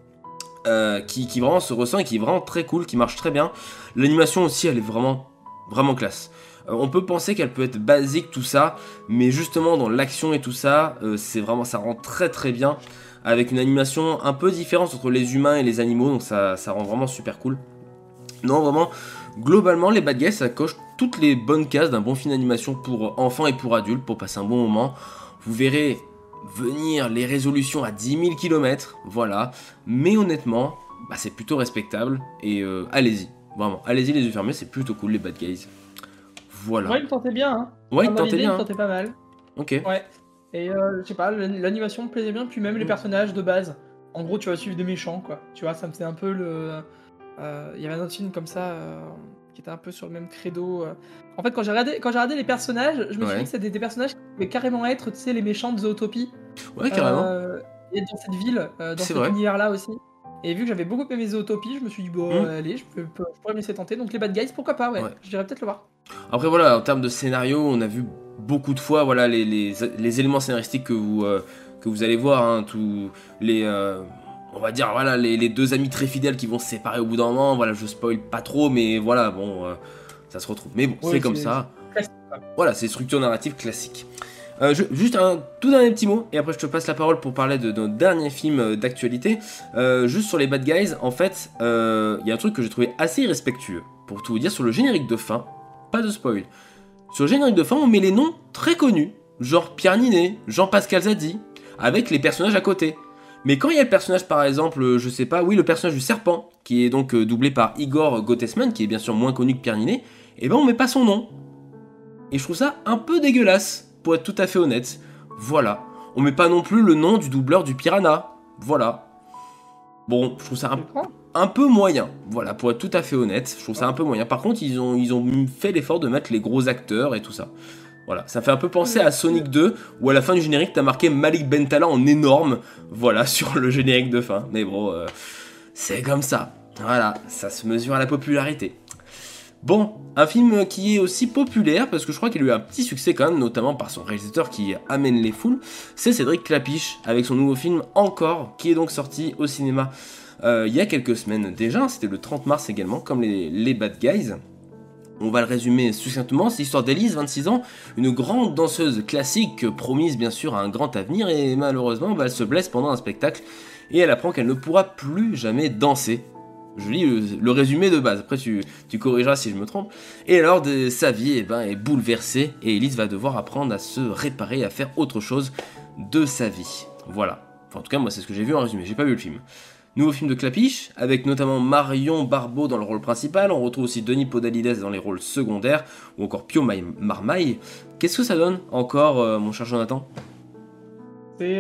qui vraiment se ressent et qui est vraiment très cool, qui marche très bien. L'animation aussi elle est vraiment, vraiment classe. On peut penser qu'elle peut être basique tout ça, mais justement dans l'action et tout ça, c'est vraiment, ça rend très très bien, avec une animation un peu différente entre les humains et les animaux, donc ça rend vraiment super cool. Non, vraiment, globalement, les Bad Guys, ça coche toutes les bonnes cases d'un bon film d'animation pour enfants et pour adultes, pour passer un bon moment. Vous verrez venir les résolutions à 10 000 km, voilà, mais honnêtement, c'est plutôt respectable, et allez-y, vraiment, allez-y les yeux fermés, c'est plutôt cool les Bad Guys. Voilà. Ouais, il me tentait bien, hein. Ouais, il me tentait bien. Il me tentait pas mal. Ok. Ouais. Et je sais pas, l'animation me plaisait bien, puis même les personnages de base. En gros, tu vas suivre des méchants, quoi. Tu vois, ça me faisait un peu le... Il y avait un autre film comme ça, qui était un peu sur le même credo. En fait, quand j'ai regardé les personnages, je me suis dit que c'était des personnages qui pouvaient carrément être, tu sais, les méchants de Zootopie. Ouais, carrément. Et dans cette ville, dans cet univers-là aussi. Et vu que j'avais beaucoup aimé Zootopie, je me suis dit, bon, allez, je pourrais me laisser tenter. Donc les Bad Guys, pourquoi pas, ouais. Je dirais peut-être le voir. Après, voilà, en termes de scénario, on a vu beaucoup de fois, voilà, les éléments scénaristiques que vous allez voir, hein, tous les... on va dire, voilà, les deux amis très fidèles qui vont se séparer au bout d'un moment, voilà, je spoil pas trop, mais voilà, bon, ça se retrouve. Mais bon, c'est comme ça. Voilà, c'est structure narrative classique. Juste un tout dernier petit mot, et après je te passe la parole pour parler de notre dernier film d'actualité. Juste sur les Bad Guys, en fait, il y a un truc que j'ai trouvé assez irrespectueux. Pour tout vous dire, sur le générique de fin, pas de spoil. Sur le générique de fin, on met les noms très connus, genre Pierre Ninet, Jean-Pascal Zadi, avec les personnages à côté. Mais quand il y a le personnage, par exemple, je sais pas, oui, le personnage du serpent, qui est donc doublé par Igor Gottesman, qui est bien sûr moins connu que Pierre Ninet, et ben on met pas son nom. Et je trouve ça un peu dégueulasse, pour être tout à fait honnête. Voilà. On met pas non plus le nom du doubleur du piranha. Voilà. Bon, je trouve ça un peu moyen. Voilà, pour être tout à fait honnête, je trouve ça un peu moyen. Par contre, ils ont fait l'effort de mettre les gros acteurs et tout ça. Voilà, ça fait un peu penser à Sonic 2, où à la fin du générique, t'as marqué Malik Bentala en énorme, voilà, sur le générique de fin. Mais bon, c'est comme ça. Voilà, ça se mesure à la popularité. Bon, un film qui est aussi populaire, parce que je crois qu'il a eu un petit succès quand même, notamment par son réalisateur qui amène les foules, c'est Cédric Clapiche, avec son nouveau film Encore, qui est donc sorti au cinéma il y a quelques semaines déjà, c'était le 30 mars également, comme les Bad Guys. On va le résumer succinctement, c'est l'histoire d'Elise, 26 ans, une grande danseuse classique promise bien sûr à un grand avenir, et malheureusement elle se blesse pendant un spectacle, et elle apprend qu'elle ne pourra plus jamais danser. Je lis le résumé de base, après tu corrigeras si je me trompe. Et alors, sa vie est bouleversée, et Elise va devoir apprendre à se réparer, à faire autre chose de sa vie. Voilà. Enfin, en tout cas, moi, c'est ce que j'ai vu en résumé, j'ai pas vu le film. Nouveau film de Clapiche, avec notamment Marion Barbeau dans le rôle principal, on retrouve aussi Denis Podalides dans les rôles secondaires, ou encore Pio Marmaille. Qu'est-ce que ça donne encore, mon cher Jonathan ? C'est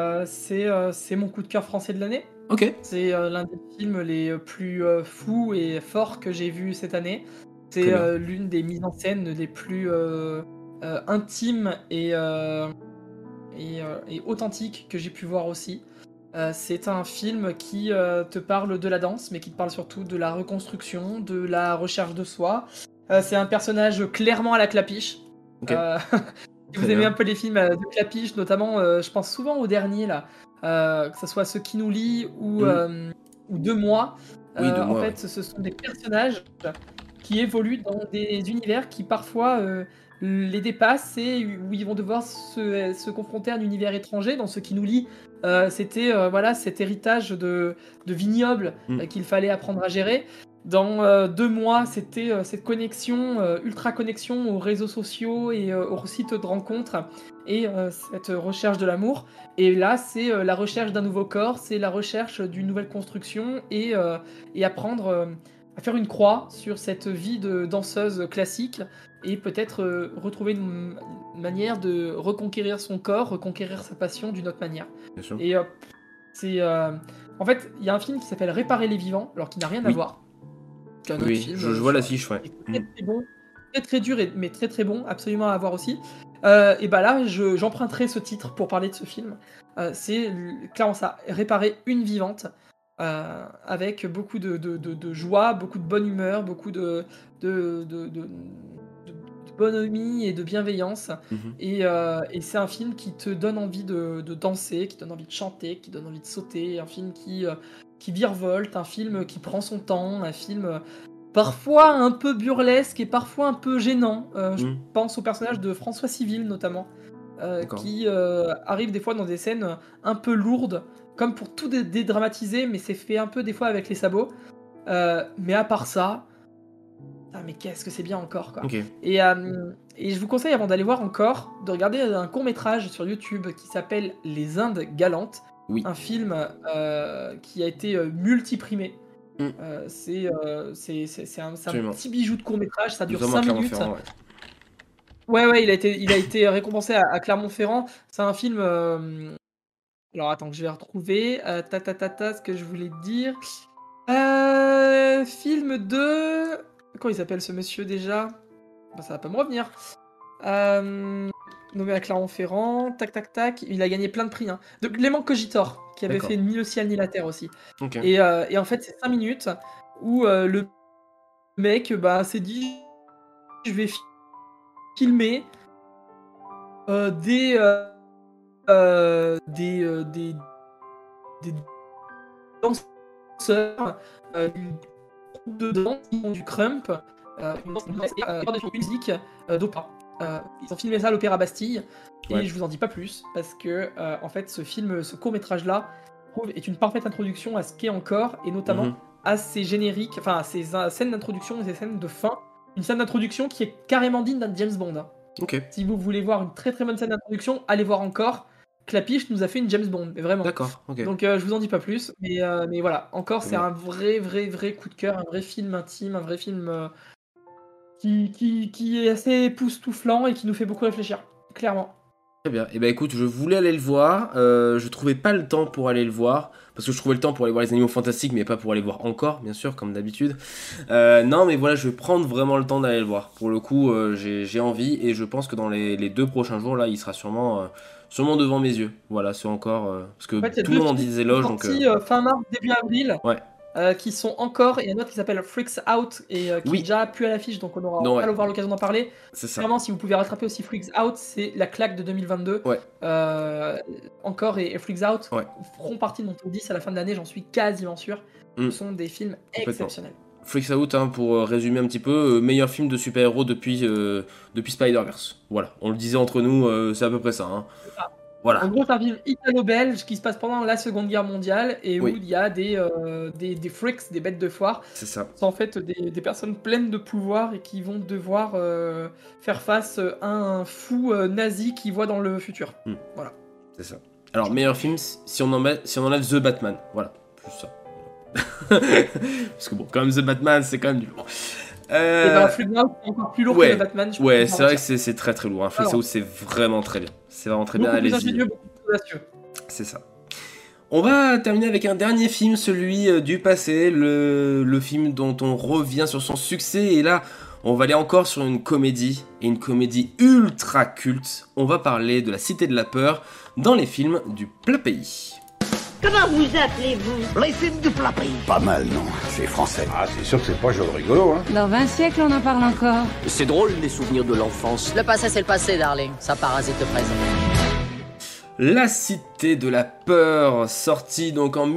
mon coup de cœur français de l'année. Ok. C'est l'un des films les plus fous et forts que j'ai vu cette année. C'est l'une des mises en scène les plus intimes et authentiques que j'ai pu voir aussi. C'est un film qui te parle de la danse, mais qui te parle surtout de la reconstruction, de la recherche de soi. C'est un personnage clairement à la Clapiche. Okay. Si vous aimez un peu les films de Clapiche, notamment, je pense souvent au dernier, là, que ce soit Ce qui nous lie ou Deux mois. En fait, ce sont des personnages qui évoluent dans des univers qui parfois les dépassent et où ils vont devoir se confronter à un univers étranger. Dans Ce qui nous lie, c'était cet héritage de vignoble qu'il fallait apprendre à gérer. Dans 2 mois, c'était cette connexion, ultra connexion aux réseaux sociaux et aux sites de rencontres et cette recherche de l'amour. Et là, c'est la recherche d'un nouveau corps, c'est la recherche d'une nouvelle construction et apprendre à faire une croix sur cette vie de danseuse classique et peut-être retrouver une manière de reconquérir son corps, reconquérir sa passion d'une autre manière. Bien sûr. Et en fait, il y a un film qui s'appelle Réparer les vivants, alors qui n'a rien à voir. Oui, film, je vois l'affiche, ouais. Très, très bon, très dur, mais très très bon, absolument à voir aussi. Et bah là, j'emprunterai ce titre pour parler de ce film. C'est clairement ça, Réparer une vivante, avec beaucoup de joie, beaucoup de bonne humeur, beaucoup de bonhomie et de bienveillance. Et c'est un film qui te donne envie de danser, qui te donne envie de chanter, qui te donne envie de sauter, un film qui virevolte, un film qui prend son temps, un film parfois un peu burlesque et parfois un peu gênant. Je pense au personnage de François Civil notamment, qui arrive des fois dans des scènes un peu lourdes, comme pour tout dédramatiser, mais c'est fait un peu des fois avec les sabots. Mais à part ça, mais qu'est-ce que c'est bien encore, quoi. Okay. Et je vous conseille, avant d'aller voir encore, de regarder un court-métrage sur YouTube qui s'appelle Les Indes galantes. Oui. Un film qui a été multiprimé. C'est un petit bijou de court-métrage, ça dure 5 minutes. Ouais, il a été récompensé à Clermont-Ferrand. C'est un film... Alors attends que je vais retrouver. Ce que je voulais dire. Film de... Comment il s'appelle ce monsieur déjà ? Ça va pas me revenir. Nommé à Clermont-Ferrand, tac, il a gagné plein de prix. De Clément Cogitor, qui avait fait Ni le ciel ni la terre aussi. Okay. Et en fait, c'est 5 minutes où le mec s'est dit, je vais filmer des danseurs, de danse qui font du crump, une musique d'opéra. Ils ont filmé ça à l'Opéra Bastille et je vous en dis pas plus parce que en fait ce court-métrage là est une parfaite introduction à ce qu'est encore et notamment à ces génériques, enfin à ces scènes d'introduction et ces scènes de fin. Une scène d'introduction qui est carrément digne d'un James Bond. Okay. Si vous voulez voir une très très bonne scène d'introduction, allez voir encore. Clapiche nous a fait une James Bond, mais vraiment. D'accord, ok. Donc je vous en dis pas plus, mais voilà, encore c'est un vrai coup de cœur, un vrai film intime, un vrai film qui est assez époustouflant et qui nous fait beaucoup réfléchir, clairement. Très bien, et écoute, je voulais aller le voir, je trouvais pas le temps pour aller le voir, parce que je trouvais le temps pour aller voir les Animaux Fantastiques, mais pas pour aller voir encore, bien sûr, comme d'habitude. Non, mais voilà, je vais prendre vraiment le temps d'aller le voir. Pour le coup, j'ai envie, et je pense que dans les 2 prochains jours, là, il sera sûrement devant mes yeux. Voilà, c'est encore... parce que tout le monde en disait éloge, donc... fin mars, début avril. Ouais. Qui sont encore, et il y a un autre qui s'appelle Freaks Out et qui est déjà plus à l'affiche, donc on aura avoir l'occasion d'en parler. C'est ça. Vraiment, si vous pouvez rattraper aussi Freaks Out, c'est la claque de 2022. Ouais. Encore et Freaks Out feront partie de mon top 10 à la fin de l'année, j'en suis quasiment sûr. Ce sont des films exceptionnels. Freaks Out, pour résumer un petit peu, meilleur film de super-héros depuis Spider-Verse. Voilà, on le disait entre nous, c'est à peu près ça. Voilà. En gros, c'est un film italo-belge qui se passe pendant la Seconde Guerre mondiale et où il y a des freaks, des bêtes de foire. C'est ça. C'est en fait des personnes pleines de pouvoir et qui vont devoir faire face à un fou nazi qui voit dans le futur. Voilà. C'est ça. Alors, meilleur film, si on enlève The Batman. Voilà, plus ça. Parce que bon, quand même The Batman, c'est quand même du bon. Et ben, Flughouse, c'est encore plus lourd que The Batman. Ouais, c'est vrai que c'est très très lourd. Flughouse, c'est vraiment très bien. C'est vraiment très bien. Allez-y. C'est ça. On va terminer avec un dernier film, celui du passé, le film dont on revient sur son succès. Et là, on va aller encore sur une comédie, et une comédie ultra culte. On va parler de La Cité de la Peur dans les films du plat pays. Comment vous appelez-vous? Les films du plat pays. Pas mal, non? C'est français. Ah, c'est sûr que c'est pas joli rigolo, hein? Dans 20 siècles, on en parle encore. C'est drôle, les souvenirs de l'enfance. Le passé, c'est le passé, darling. Ça parasite le présent. La Cité de la Peur, sorti donc en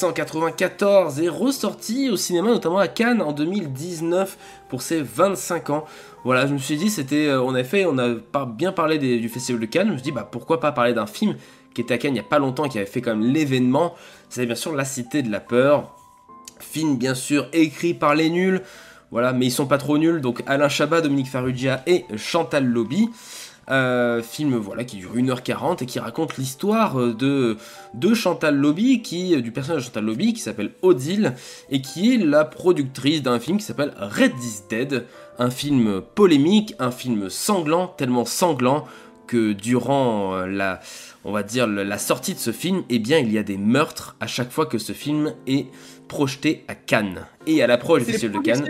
1994 et ressorti au cinéma, notamment à Cannes en 2019 pour ses 25 ans. Voilà, je me suis dit, on a bien parlé du Festival de Cannes, je me suis dit, pourquoi pas parler d'un film qui était à Cannes il n'y a pas longtemps et qui avait fait quand même l'événement. C'est bien sûr La Cité de la Peur, film bien sûr écrit par les nuls, voilà, mais ils sont pas trop nuls, donc Alain Chabat, Dominique Farrugia et Chantal Lobby. Film voilà qui dure 1h40 et qui raconte l'histoire de Chantal Lobby, du personnage de Chantal Lobby qui s'appelle Odile et qui est la productrice d'un film qui s'appelle Red is Dead, un film polémique, un film sanglant, tellement sanglant que durant la sortie de ce film, eh bien il y a des meurtres à chaque fois que ce film est projeté à Cannes. Et à l'approche du Festival de Cannes,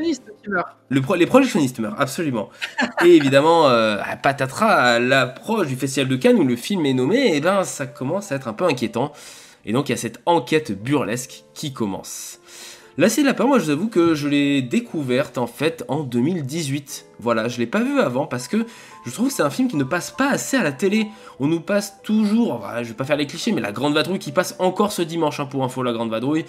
les projectionnistes meurent, absolument. Et évidemment, patatras, à l'approche du Festival de Cannes où le film est nommé, eh ben ça commence à être un peu inquiétant. Et donc il y a cette enquête burlesque qui commence. La Cité de la Peur, moi je vous avoue que je l'ai découverte en fait en 2018. Voilà, je l'ai pas vu avant parce que je trouve que c'est un film qui ne passe pas assez à la télé. On nous passe toujours, je vais pas faire les clichés, mais La Grande Vadrouille qui passe encore ce dimanche, pour info, La Grande Vadrouille.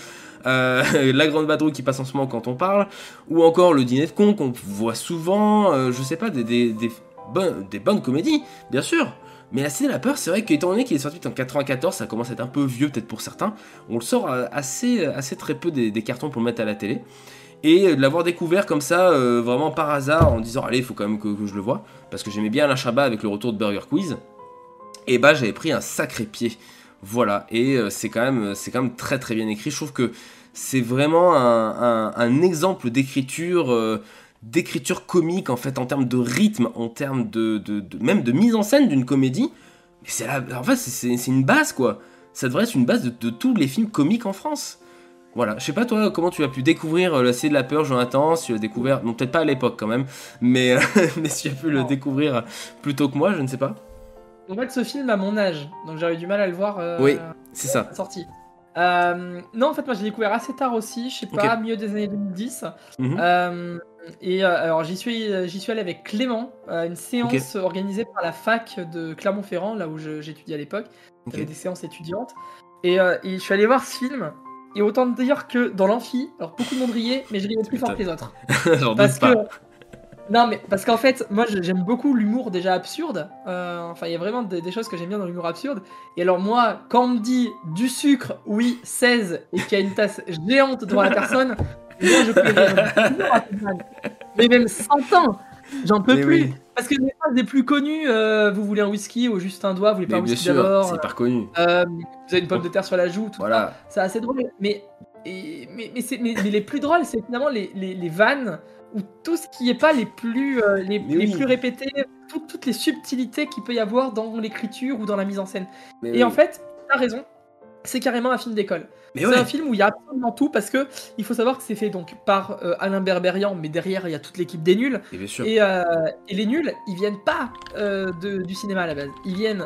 La Grande Vadrouille qui passe en ce moment quand on parle. Ou encore Le Dîner de Con qu'on voit souvent, je sais pas, des bonnes comédies, bien sûr. Mais La Cité de la Peur, c'est vrai qu'étant donné qu'il est sorti en 94, ça commence à être un peu vieux peut-être pour certains. On le sort assez très peu des cartons pour le mettre à la télé. Et de l'avoir découvert comme ça, vraiment par hasard, en disant allez, il faut quand même que je le voie, parce que j'aimais bien Alain Chabat avec le retour de Burger Quiz. Et bah j'avais pris un sacré pied. Voilà, et c'est quand même très très bien écrit. Je trouve que c'est vraiment un exemple d'écriture comique en fait, en termes de rythme, en termes même de mise en scène d'une comédie. Mais en fait c'est une base quoi. Ça devrait être une base de tous les films comiques en France. Voilà, je sais pas toi comment tu as pu découvrir La Cité de la Peur, Jonathan, si tu l'as découvert, non peut-être pas à l'époque quand même, mais si tu as pu le découvrir plus tôt que moi, je ne sais pas. En fait ce film à mon âge, donc j'avais du mal à le voir oui, c'est ça. Sorti. Non en fait moi j'ai découvert assez tard aussi, je sais pas, milieu des années 2010. Alors j'y suis allé avec Clément, une séance organisée par la fac de Clermont-Ferrand, là où j'étudiais à l'époque. Il y avait des séances étudiantes. Et je suis allé voir ce film. Et autant te dire que dans l'amphi, alors beaucoup de monde riait, mais je riais plus fort que les autres. J'en doute pas. Non, mais parce qu'en fait, moi j'aime beaucoup l'humour déjà absurde. Enfin, il y a vraiment des choses que j'aime bien dans l'humour absurde. Et alors, moi, quand on me dit du sucre, oui, 16, et qu'il y a une tasse géante devant la personne, moi je peux mais même 100 ans, j'en peux plus. Oui. Parce que les phrases les plus connues, vous voulez un whisky ou juste un doigt, vous voulez pas un whisky d'abord. C'est hyper connu. Vous avez une pomme de terre sur la joue, tout voilà. Ça. C'est assez drôle. Mais les plus drôles, c'est finalement les vannes ou tout ce qui est pas les plus répétés, toutes les subtilités qu'il peut y avoir dans l'écriture ou dans la mise en scène. Et en fait, t'as raison, c'est carrément un film d'école. C'est un film où il y a absolument tout parce que il faut savoir que c'est fait donc par Alain Berberian, mais derrière il y a toute l'équipe des nuls. Et, bien sûr. Et les nuls, ils viennent pas du cinéma à la base, ils viennent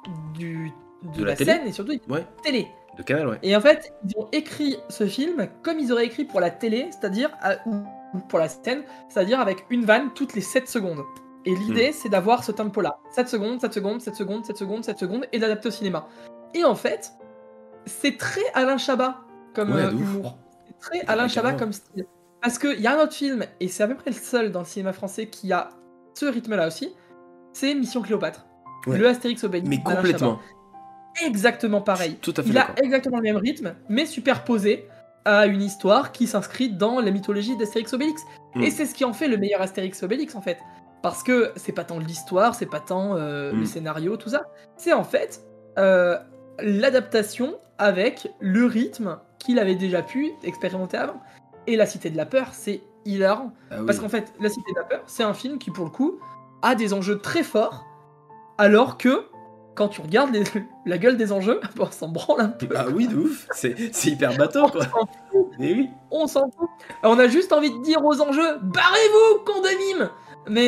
de la scène et surtout de la télé. De Canal, ouais. Et en fait, ils ont écrit ce film comme ils auraient écrit pour la télé, c'est-à-dire ou pour la scène, c'est-à-dire avec une vanne toutes les 7 secondes. Et l'idée, c'est d'avoir ce tempo-là. 7 secondes, 7 secondes, 7 secondes, 7 secondes, 7 secondes, et d'adapter au cinéma. Et en fait, c'est très Alain Chabat comme humour. C'est très Alain Chabat comme style. Parce qu'il y a un autre film, et c'est à peu près le seul dans le cinéma français qui a ce rythme-là aussi, c'est Mission Cléopâtre. Ouais. Le Astérix Obélix. Mais complètement. exactement pareil. Tout à fait il a d'accord. exactement le même rythme, mais superposé à une histoire qui s'inscrit dans la mythologie d'Astérix Obélix. Et c'est ce qui en fait le meilleur Astérix Obélix, en fait. Parce que c'est pas tant l'histoire, c'est pas tant le scénario, tout ça. C'est en fait l'adaptation avec le rythme qu'il avait déjà pu expérimenter avant. Et La Cité de la Peur, c'est hilarant. Parce qu'en fait, La Cité de la Peur, c'est un film qui, pour le coup, a des enjeux très forts, alors que quand tu regardes la gueule des enjeux, on s'en branle un peu. Ah oui, de ouf. C'est hyper bateau, quoi. Mais oui. On s'en fout. On a juste envie de dire aux enjeux, barrez-vous, con de mime. Mais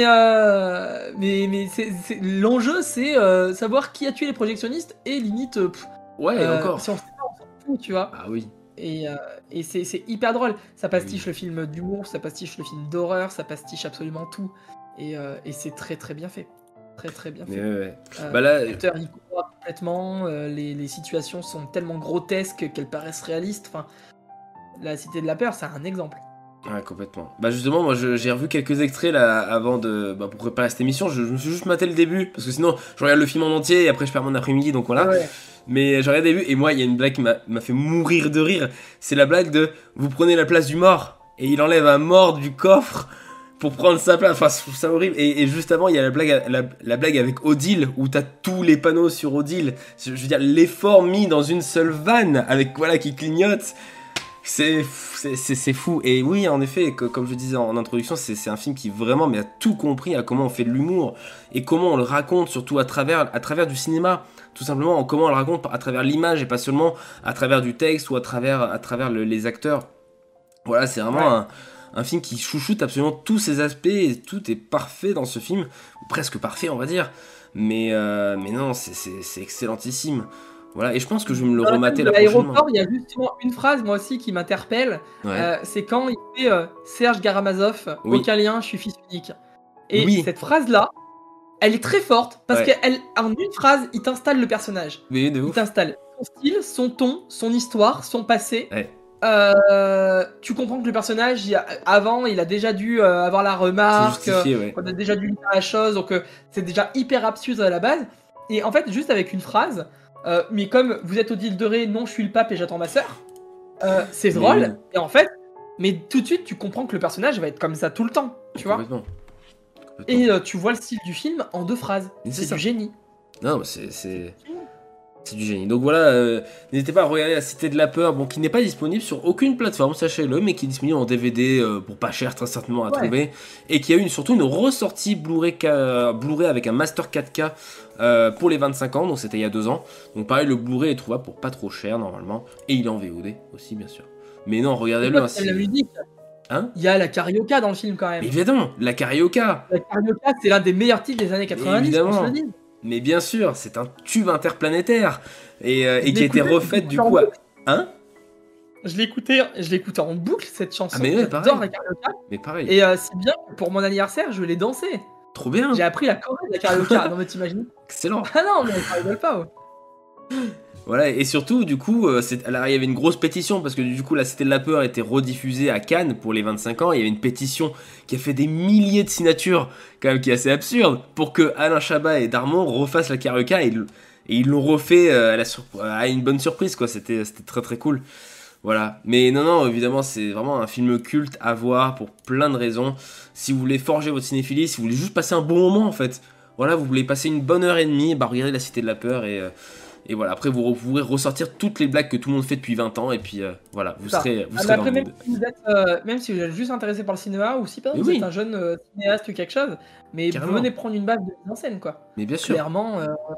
l'enjeu, c'est savoir qui a tué les projectionnistes et limite. Encore. Si on sait pas, on s'en fout, tu vois. Ah oui. Et c'est hyper drôle. Ça pastiche le film d'humour, ça pastiche le film d'horreur, ça pastiche absolument tout. Et c'est très très bien fait. Très très bien fait. Ouais. L'acteur y croit complètement. Les situations sont tellement grotesques qu'elles paraissent réalistes. Enfin, La Cité de la Peur, c'est un exemple. Ouais, complètement. Justement, moi j'ai revu quelques extraits là avant pour préparer cette émission. Je me suis juste maté le début parce que sinon je regarde le film en entier et après je perds mon après-midi, donc voilà. Ouais. Mais j'ai regardé le début et moi il y a une blague qui m'a fait mourir de rire. C'est la blague de vous prenez la place du mort et il enlève un mort du coffre pour prendre sa place. Enfin, je trouve ça horrible. Et juste avant, il y a la blague avec Odile où t'as tous les panneaux sur Odile. Je veux dire, l'effort mis dans une seule vanne avec qui clignote. C'est fou. Et oui, en effet, comme je disais en introduction, c'est un film qui vraiment a tout compris à comment on fait de l'humour et comment on le raconte, surtout à travers du cinéma. Tout simplement, comment on le raconte à travers l'image et pas seulement à travers du texte ou à travers les acteurs. Voilà, c'est vraiment un film qui chouchoute absolument tous ses aspects et tout est parfait dans ce film, ou presque parfait, on va dire. Mais non, c'est excellentissime. Voilà, et je pense que je vais me le remater la prochaine fois. L'aéroport, il y a justement une phrase, moi aussi, qui m'interpelle. C'est quand il fait Serge Garamazov, aucun lien, je suis fils unique. Et cette phrase-là, elle est très forte, parce qu'en une phrase, il t'installe le personnage. Oui, de ouf. Il t'installe son style, son ton, son histoire, son passé. Tu comprends que le personnage, avant, il a déjà dû avoir la remarque, on a déjà dû lui faire la chose, donc c'est déjà hyper absurde à la base. Et en fait, juste avec une phrase... mais comme vous êtes Odile de Ré, non, je suis le pape et j'attends ma sœur. C'est drôle. Et en fait, mais tout de suite, tu comprends que le personnage va être comme ça tout le temps, tu vois. Et tu vois le style du film en 2 phrases. C'est du génie. Non, c'est du génie. Donc voilà, n'hésitez pas à regarder La Cité de la Peur, qui n'est pas disponible sur aucune plateforme, sachez-le, mais qui est disponible en DVD pour pas cher, très certainement à trouver, et qui a eu surtout une ressortie Blu-ray avec un Master 4K pour les 25 ans, donc c'était il y a 2 ans. Donc pareil, le Blu-ray est trouvable pour pas trop cher normalement, et il est en VOD aussi, bien sûr. Mais non, regardez-le ainsi. La musique. Il y a la carioca dans le film quand même. Évidemment, la carioca. La carioca, c'est l'un des meilleurs titres des années 90. Évidemment. On se le dit. Mais bien sûr, c'est un tube interplanétaire et qui a été refaite du coup. Je l'écoutais en boucle cette chanson. Ah mais ouais, j'adore la carioca. Mais pareil. Et si bien pour mon anniversaire, je l'ai dansé. Trop bien. J'ai appris la choré de la carioca. Non mais t'imagines. Excellent. Ah non, mais ça rigole pas. Voilà, et surtout, du coup, alors, il y avait une grosse pétition parce que du coup, La Cité de la Peur était rediffusée à Cannes pour les 25 ans. Il y avait une pétition qui a fait des milliers de signatures, quand même, qui est assez absurde, pour que Alain Chabat et Darmon refassent la carioca et ils l'ont refait à une bonne surprise, quoi. C'était très très cool. Voilà, mais non, évidemment, c'est vraiment un film culte à voir pour plein de raisons. Si vous voulez forger votre cinéphilie, si vous voulez juste passer un bon moment, en fait, voilà, vous voulez passer une bonne heure et demie, regardez La Cité de la Peur et voilà, après vous pourrez ressortir toutes les blagues que tout le monde fait depuis 20 ans et puis voilà, vous serez après, dans le même mood. Même si vous êtes juste intéressé par le cinéma ou si par exemple vous êtes un jeune cinéaste ou quelque chose, mais vous venez prendre une base de mise en scène, quoi. Mais bien sûr. Clairement,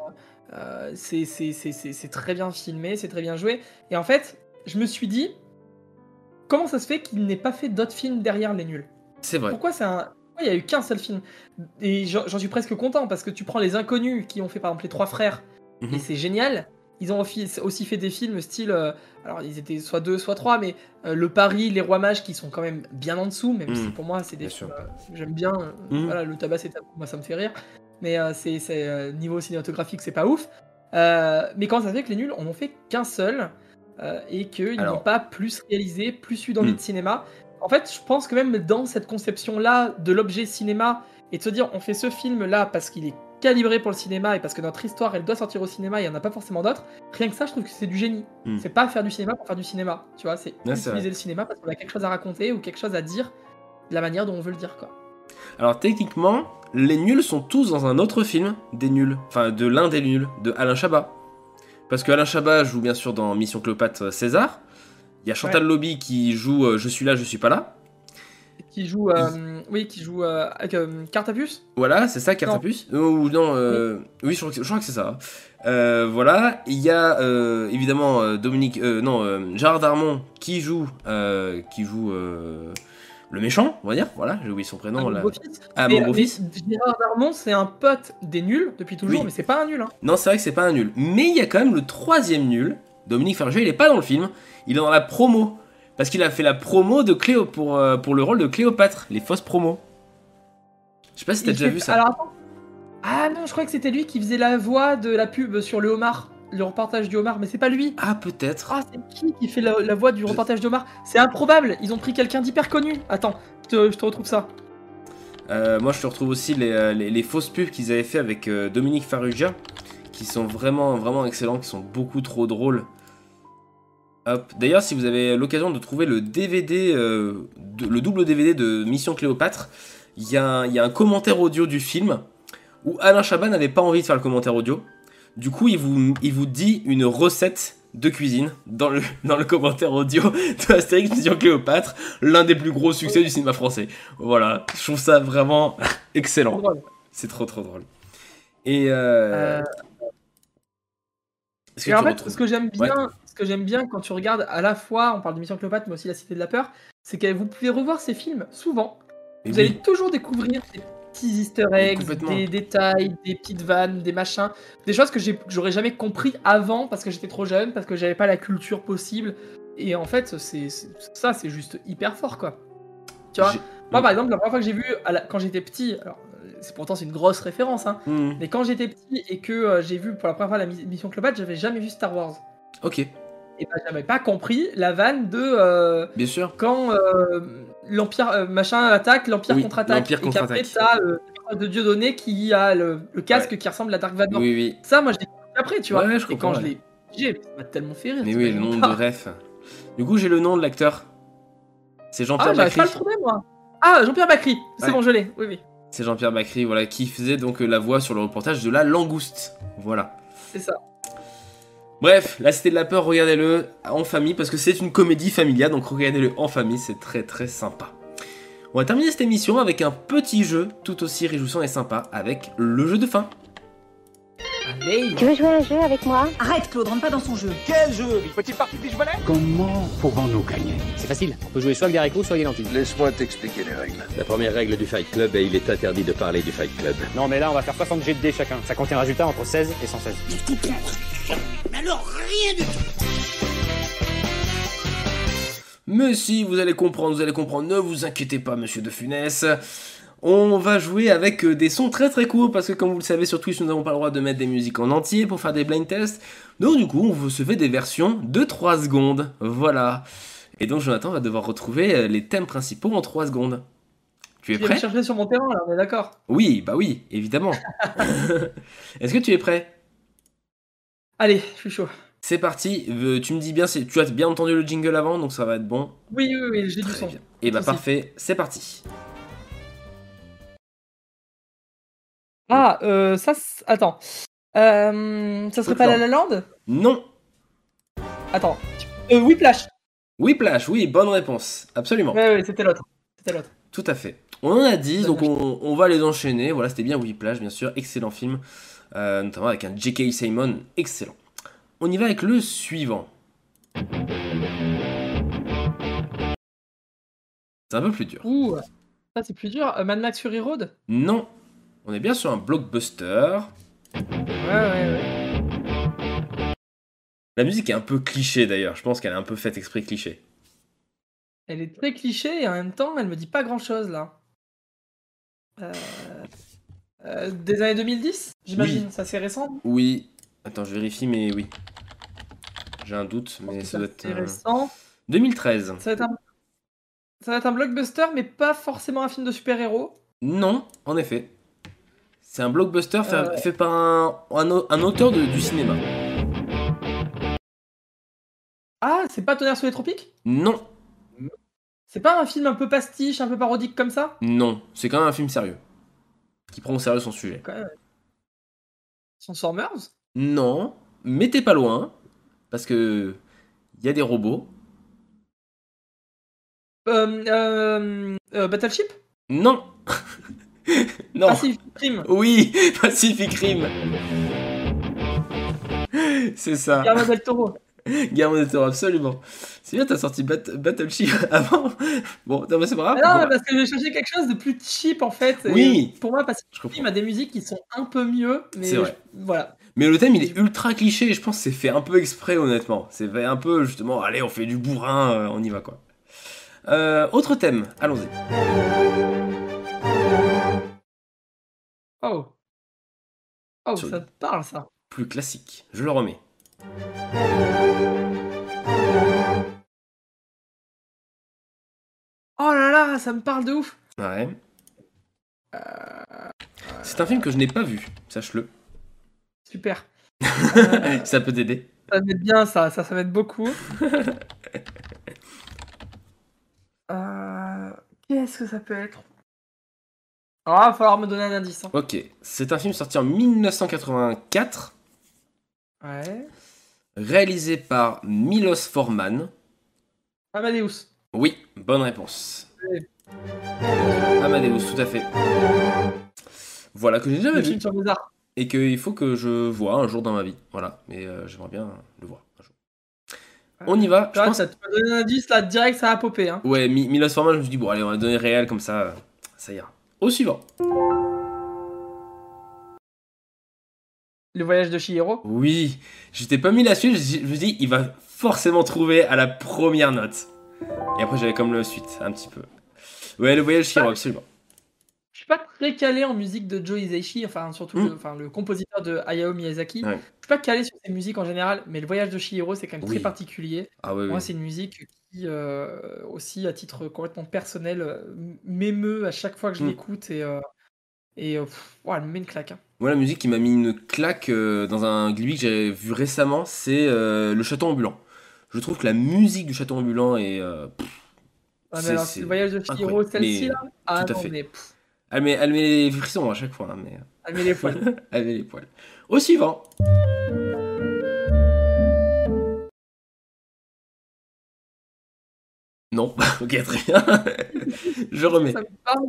c'est très bien filmé, c'est très bien joué. Et en fait, je me suis dit, comment ça se fait qu'il n'ait pas fait d'autres films derrière Les Nuls ? C'est vrai. Pourquoi il n'y a eu qu'un seul film ? Et j'en suis presque content parce que tu prends Les Inconnus qui ont fait par exemple Les Trois Frères. Et c'est génial. Ils ont aussi fait des films style... alors ils étaient soit 2, soit 3, mais Le Pari, Les Rois Mages qui sont quand même bien en dessous, même si pour moi c'est des films j'aime bien. Voilà, Le Tabac c'est tabou, moi ça me fait rire. Mais c'est niveau cinématographique c'est pas ouf. Mais quand ça se fait que Les Nuls en ont fait qu'un seul et qu'ils n'ont pas plus réalisé, plus eu d'envie de cinéma. En fait, je pense que même dans cette conception-là de l'objet cinéma et de se dire on fait ce film-là parce qu'il est calibré pour le cinéma et parce que notre histoire, elle doit sortir au cinéma et il n'y en a pas forcément d'autres, rien que ça, je trouve que c'est du génie. C'est pas faire du cinéma pour faire du cinéma, tu vois, c'est utiliser le cinéma parce qu'on a quelque chose à raconter ou quelque chose à dire de la manière dont on veut le dire, quoi. Alors techniquement, les nuls sont tous dans un autre film des nuls, enfin de l'un des nuls, de Alain Chabat. Parce que Alain Chabat joue bien sûr dans Mission Cléopâtre César. Il y a Chantal Lobby qui joue Je suis là, je suis pas là. Qui joue, avec Carte à puce. Voilà, c'est ça, Carte à puce. Ou non, oui, je crois que c'est ça. Voilà, il y a évidemment Gérard Darmon qui joue le méchant, on va dire. Voilà, j'ai oublié son prénom. Mon beau-fils. Gérard Darmon, c'est un pote des nuls depuis toujours, mais c'est pas un nul. Hein. Non, c'est vrai que c'est pas un nul. Mais il y a quand même le troisième nul. Dominique Farrugia, il est pas dans le film, il est dans la promo. Parce qu'il a fait la promo de Cléo pour le rôle de Cléopâtre, les fausses promos. Je sais pas si t'as déjà vu ça. Alors attends. Ah non, je crois que c'était lui qui faisait la voix de la pub sur le homard, le reportage du homard, mais c'est pas lui. Ah peut-être. Ah c'est qui fait la voix du reportage du homard? C'est improbable, ils ont pris quelqu'un d'hyper connu. Attends, je te retrouve ça. Moi je te retrouve aussi les fausses pubs qu'ils avaient fait avec Dominique Farrugia, qui sont vraiment, vraiment excellents, qui sont beaucoup trop drôles. Hop. D'ailleurs, si vous avez l'occasion de trouver le DVD, le double DVD de Mission Cléopâtre, il y a un commentaire audio du film où Alain Chabat n'avait pas envie de faire le commentaire audio. Du coup, il vous dit une recette de cuisine dans le commentaire audio de Astérix Mission Cléopâtre, l'un des plus gros succès du cinéma français. Voilà, je trouve ça vraiment excellent. C'est trop trop drôle. Et en fait, ce que j'aime bien quand tu regardes à la fois, on parle de Mission Cléopâtre, mais aussi La Cité de la Peur, c'est que vous pouvez revoir ces films souvent. Vous allez toujours découvrir des petits easter eggs, des détails, des petites vannes, des machins, des choses que j'aurais jamais compris avant parce que j'étais trop jeune, parce que j'avais pas la culture possible. Et en fait, c'est juste hyper fort, quoi. Tu vois, moi par exemple, la première fois que j'ai vu quand j'étais petit, alors c'est une grosse référence, hein, mais quand j'étais petit et que j'ai vu pour la première fois la Mission Cléopâtre, j'avais jamais vu Star Wars. Ok. Et ben j'avais pas compris la vanne de bien sûr. Quand l'Empire machin attaque, l'Empire contre-attaque, et qu'après t'as de Dieudonné qui a le casque qui ressemble à Dark Vador. Oui. Ça, moi je l'ai compris après, tu vois. Et quand je l'ai ça m'a tellement fait rire. Mais oui, le nom de ref. Du coup, j'ai le nom de l'acteur. C'est Jean-Pierre Bacri. J'avais pas le trouvé, moi. Ah, Jean-Pierre Bacri. C'est bon, je l'ai. Oui. C'est Jean-Pierre Bacri, voilà, qui faisait donc la voix sur le reportage de La Langouste. Voilà. C'est ça. Bref, La Cité de la Peur, regardez-le en famille, parce que c'est une comédie familiale, donc regardez-le en famille, c'est très très sympa. On va terminer cette émission avec un petit jeu, tout aussi réjouissant et sympa, avec le jeu de fin. Allez. Tu veux jouer à un jeu avec moi? Arrête Claude, rentre pas dans son jeu. Quel jeu? Une petite partie de beach-volley? Comment pouvons-nous gagner? C'est facile, on peut jouer soit Garico, soit Galantine. Laisse-moi t'expliquer les règles. La première règle du Fight Club est il est interdit de parler du Fight Club. Non mais là on va faire 60 G de dés chacun. Ça contient un résultat entre 16 et 116. Mais alors rien du tout. Mais si, vous allez comprendre, ne vous inquiétez pas, monsieur De Funès. On va jouer avec des sons très très courts, parce que comme vous le savez sur Twitch, nous n'avons pas le droit de mettre des musiques en entier pour faire des blind tests. Donc du coup, on se fait des versions de 3 secondes, voilà. Et donc Jonathan va devoir retrouver les thèmes principaux en 3 secondes. Tu es prêt? Je vais chercher sur mon terrain, là, on est d'accord? Oui, bah oui, évidemment. Est-ce que tu es prêt? Allez, je suis chaud. C'est parti, tu me dis bien, tu as bien entendu le jingle avant, donc ça va être bon. Oui, j'ai du son. Et bah parfait, c'est parti. Ah, attends. Ça serait pas La La Land? Non. Attends. Whiplash. Whiplash, oui, bonne réponse. Absolument. Ouais, c'était l'autre. Tout à fait. On en a 10, donc on va les enchaîner. Voilà, c'était bien Whiplash, bien sûr. Excellent film. Notamment avec un J.K. Simmons. Excellent. On y va avec le suivant. C'est un peu plus dur. Ouh, ça c'est plus dur. Mad Max Fury Road? Non. On est bien sur un blockbuster. Ouais. La musique est un peu cliché d'ailleurs. Je pense qu'elle est un peu faite exprès cliché. Elle est très cliché et en même temps, elle me dit pas grand chose là. Des années 2010, j'imagine. Oui. Ça c'est récent? Oui. Attends, je vérifie, mais oui. J'ai un doute, mais ça doit être... récent. 2013. Ça va être un blockbuster, mais pas forcément un film de super-héros. Non, en effet. C'est un blockbuster fait par un auteur du cinéma. Ah, c'est pas Tonnerre sous les tropiques? Non. C'est pas un film un peu pastiche, un peu parodique comme ça? Non, c'est quand même un film sérieux. Qui prend au sérieux son sujet. Transformers? Non, mais t'es pas loin. Parce que il y a des robots. Battleship? Non. Non. Pacific Rim. Oui, Pacific Rim. C'est ça. Guillermo del Toro. Guillermo del Toro, absolument. C'est bien, t'as sorti Battleship avant. Bon, non, mais c'est pas grave. Non, parce que j'ai cherché quelque chose de plus cheap en fait. Oui. Pour moi, Pacific Rim a des musiques qui sont un peu mieux, mais c'est vrai. Voilà. Mais le thème, il est ultra cliché, et je pense que c'est fait un peu exprès, honnêtement. C'est fait un peu, justement, allez, on fait du bourrin, on y va, quoi. Autre thème, allons-y. Oh, ça te parle, ça. Plus classique, je le remets. Oh là là, ça me parle de ouf. Ouais. C'est un film que je n'ai pas vu, sache-le. Super. Ça peut t'aider. Ça va être bien, ça va être beaucoup. Qu'est-ce que ça peut être? Alors là, il va falloir me donner un indice. Hein. Ok, c'est un film sorti en 1984. Ouais. Réalisé par Milos Forman. Amadeus. Oui, bonne réponse. Ouais. Amadeus, tout à fait. Voilà, que j'ai jamais vu. Film sur les arts. Et qu'il faut que je vois un jour dans ma vie. Voilà, mais j'aimerais bien le voir un jour. On y va. Tu vois, ça te donne un indice, là, direct, ça a popé. Hein. Ouais, Milos Forman, je me suis dit, bon, allez, on va donner réel, comme ça ira. Au suivant. Le voyage de Chihiro. Oui, je t'ai pas mis la suite, je me dis, il va forcément trouver à la première note. Et après, j'avais comme le suite, un petit peu. Ouais, le voyage de Chihiro, absolument. Je suis pas très calé en musique de Joe Hisaishi, enfin surtout le compositeur de Hayao Miyazaki. Ouais. Je suis pas calé sur ses musiques en général, mais le voyage de Chihiro c'est quand même très particulier. Ah, ouais, moi c'est une musique qui aussi à titre complètement personnel m'émeut à chaque fois que je l'écoute et elle me met une claque. Hein. Moi la musique qui m'a mis une claque dans un Ghibli que j'ai vu récemment, c'est le château ambulant. Je trouve que la musique du château ambulant est c'est le voyage de Chihiro, celle-ci là. Ah tout à non, fait. mais Elle met les frissons à chaque fois. Hein, mais... Elle met les poils. Elle met les poils. Au suivant. Non. Ok, très bien. Je remets. Ça me parle.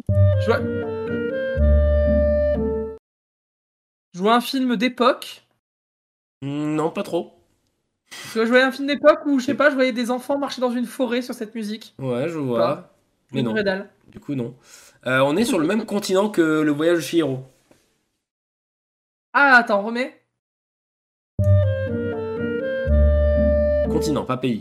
Je vois un film d'époque. Non, pas trop. Parce que je voyais un film d'époque où, je sais pas, je voyais des enfants marcher dans une forêt sur cette musique. Ouais, je vois. Mais non. Dalle. Du coup, non. On est sur le même continent que le voyage de Chihiro. Ah, attends, remets. Continent, pas pays.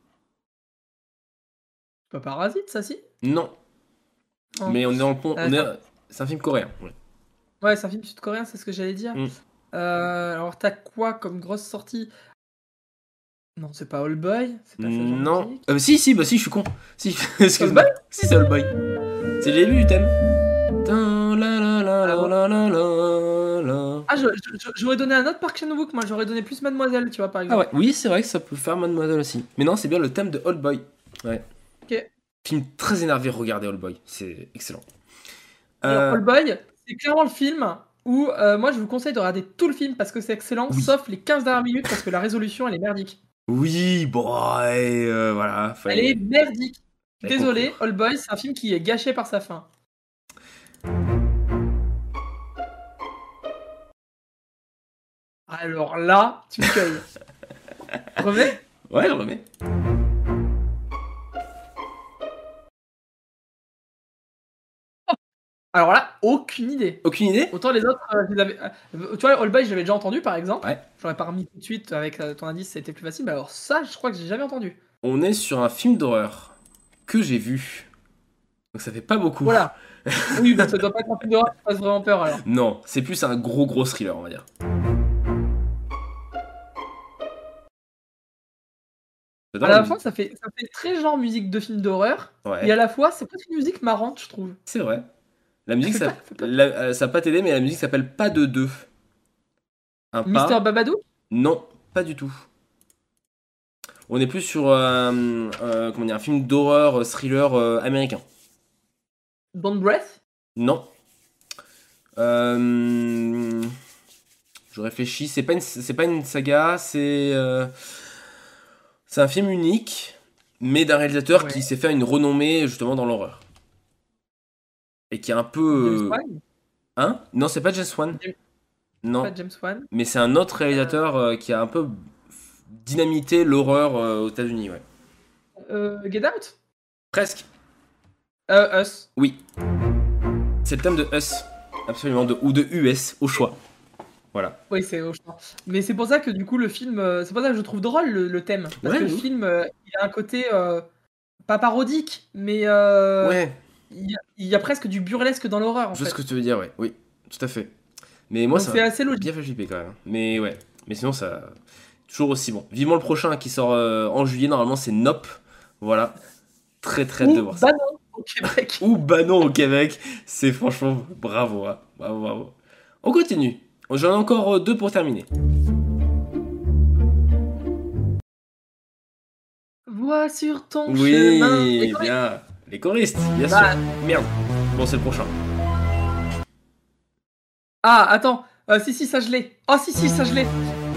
Pas Parasite, ça, si? Non. Oh. Mais on est dans le pont. C'est un film coréen. Ouais, c'est un film sud-coréen, c'est ce que j'allais dire. Alors, t'as quoi comme grosse sortie? Non, c'est pas All Boy. C'est pas non. Si, je suis con. Si, excuse-moi. Si, c'est All Boy. C'est le début du thème. Ah, j'aurais donné un autre Park Chan-wook, moi j'aurais donné plus Mademoiselle, tu vois, par exemple. Ah ouais, oui, c'est vrai que ça peut faire Mademoiselle aussi. Mais non, c'est bien le thème de All Boy. Ouais. Ok. Film très énervé, regardez All Boy, c'est excellent. All Boy, c'est clairement le film où moi je vous conseille de regarder tout le film parce que c'est excellent, sauf les 15 dernières minutes parce que la résolution elle est merdique. Oui, bon, voilà. Elle est merdique. Désolé, All Boy, c'est un film qui est gâché par sa fin. Alors là, tu me cueilles. Remets ? Ouais, je remets. Alors là, aucune idée. Aucune idée ? Autant les autres, tu vois, All Boy, je l'avais déjà entendu par exemple. Ouais. J'aurais pas remis tout de suite avec ton indice, ça a été plus facile. Mais alors ça, je crois que j'ai jamais entendu. On est sur un film d'horreur que j'ai vu. Donc ça fait pas beaucoup. Voilà. Oui, donc ça doit pas être un film d'horreur qui fasse vraiment peur alors. Non, c'est plus un gros thriller, on va dire. À la fin, ça fait très genre musique de film d'horreur. Ouais. Et à la fois, c'est presque une musique marrante, je trouve. C'est vrai. La musique, ça va pas t'aider, mais la musique s'appelle Pas de deux. Un pas. Mister Babadook? Non, pas du tout. On est plus sur un film d'horreur, thriller américain. Don't Breath? Non. Je réfléchis. C'est pas une saga. C'est un film unique, mais d'un réalisateur qui s'est fait une renommée justement dans l'horreur. Et qui est un peu. James Wan? Hein? Non, c'est pas James Wan. Non. Pas James Wan. Mais c'est un autre réalisateur qui a un peu dynamité l'horreur aux États-Unis, ouais. Get Out? Presque. Us. Oui. C'est le thème de Us. Absolument. Ou de US, au choix. Voilà. Oui, c'est au choix. Mais c'est pour ça que du coup, le film. C'est pour ça que je trouve drôle le thème. Parce que le film, il a un côté. Pas parodique, mais. Ouais. Il y a presque du burlesque dans l'horreur, en fait. Je sais ce que tu veux dire, ouais. Oui, tout à fait. Mais moi, donc c'est assez logique. Bien fait flipper quand même. Mais ouais. Mais sinon, ça. Toujours aussi bon. Vivement le prochain qui sort en juillet, normalement, c'est Nope. Voilà. Très très hâte de voir ça. Banon au Québec. Ou Banon au Québec. C'est franchement bravo. Hein. Bravo. On continue. J'en ai encore 2 pour terminer. Vois sur ton chemin. Oui, bien. Les choristes, bien sûr. Merde. Bon, c'est le prochain. Ah, attends. Si, ça je l'ai. Oh, si, ça je l'ai.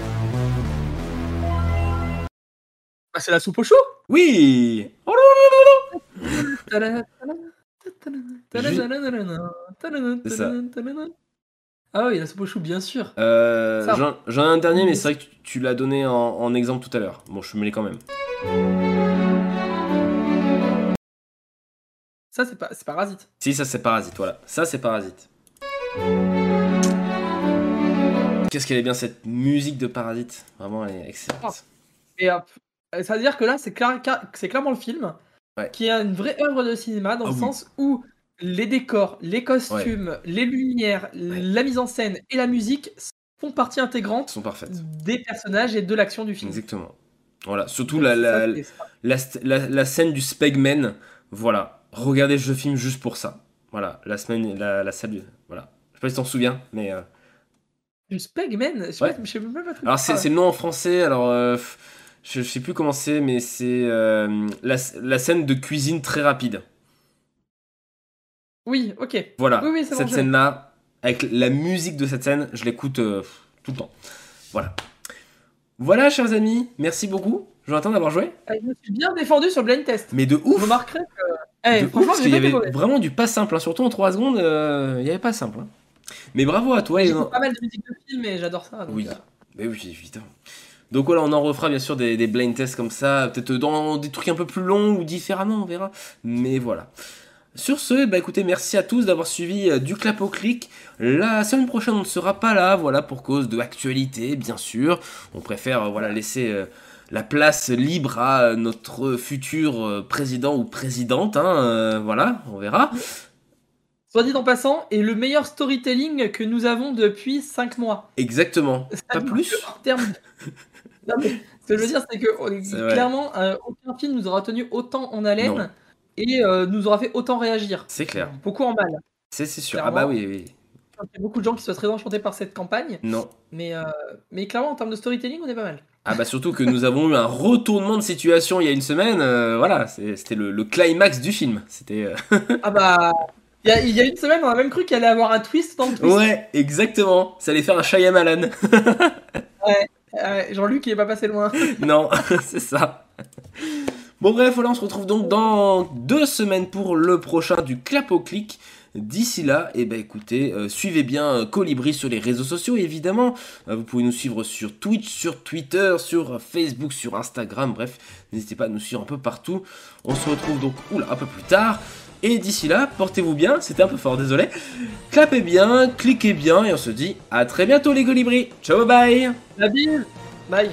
Ah, c'est la soupe au chou? Oui. Oh c'est ça. Ah oui, la soupe au chou, bien sûr. J'en ai un dernier, mais c'est vrai que tu l'as donné en exemple tout à l'heure. Bon, je me l'ai quand même. Ça, c'est Parasite. Si, ça, c'est Parasite, voilà. Ça, c'est Parasite. Qu'est-ce qu'elle est bien, cette musique de Parasite. Vraiment, elle est excellente. Et ça veut dire que là, c'est clairement le film qui a une vraie œuvre de cinéma, dans le sens où les décors, les costumes, les lumières, la mise en scène et la musique font partie intégrante des personnages et de l'action du film. Exactement. Voilà, surtout la scène du Spegman, voilà. Regardez ce film juste pour ça. Voilà, la salle, voilà. Je sais pas si t'en souviens, mais... Du Spegman? Je sais même pas. Alors c'est le nom en français, alors je sais plus comment c'est, mais c'est la scène de cuisine très rapide. Oui, ok. Voilà, oui, cette scène-là, avec la musique de cette scène, je l'écoute tout le temps. Voilà, chers amis, merci beaucoup. Jonathan d'avoir joué. Je me suis bien défendu sur le blind test. Mais de ouf. Vous remarquerez que... franchement, parce qu'il y avait vraiment du pas simple, hein. Surtout en 3 secondes, il y avait pas simple. Hein. Mais bravo à toi. J'écoute pas mal de musique de film et j'adore ça. Donc oui, mais oui, évidemment. Donc voilà, on en refera bien sûr des blind tests comme ça, peut-être dans des trucs un peu plus longs ou différemment, on verra. Mais voilà. Sur ce, écoutez, merci à tous d'avoir suivi du Clap au Clic. La semaine prochaine, on ne sera pas là, voilà, pour cause de actualité, bien sûr. On préfère laisser la place libre à notre futur président ou présidente, hein, voilà, on verra. Soit dit en passant, et le meilleur storytelling que nous avons depuis 5 mois. Exactement, pas plus. En termes non, mais, ce que je veux dire, c'est que clairement, aucun film nous aura tenu autant en haleine. Non. Et nous aura fait autant réagir. C'est clair. Beaucoup en mal. C'est sûr. Clairement, ah bah oui. Il y a beaucoup de gens qui soient très enchantés par cette campagne. Non. Mais clairement, en termes de storytelling, on est pas mal. Ah bah surtout que nous avons eu un retournement de situation il y a une semaine. Voilà, c'était le climax du film. C'était. Ah bah. Il y a une semaine, on a même cru qu'il allait avoir un twist dans le twist. Ouais, exactement. Ça allait faire un Shyamalan. Ouais, Jean-Luc, il est pas passé loin. Non, c'est ça. Bon bref, voilà, on se retrouve donc dans 2 semaines pour le prochain du Clap au Clic. D'ici là, écoutez, suivez bien Colibri sur les réseaux sociaux, évidemment. Vous pouvez nous suivre sur Twitch, sur Twitter, sur Facebook, sur Instagram, bref, n'hésitez pas à nous suivre un peu partout. On se retrouve donc un peu plus tard. Et d'ici là, portez-vous bien, c'était un peu fort, désolé. Clapez bien, cliquez bien, et on se dit à très bientôt les Colibris. Ciao, bye. La bise. Bye.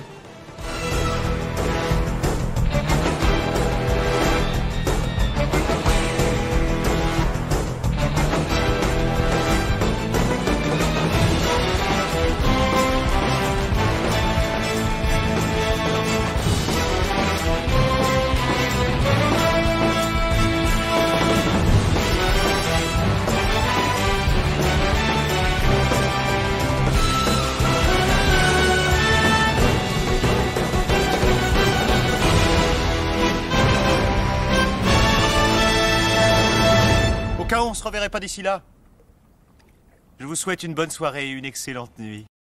cas où on se reverrait pas d'ici là, je vous souhaite une bonne soirée et une excellente nuit.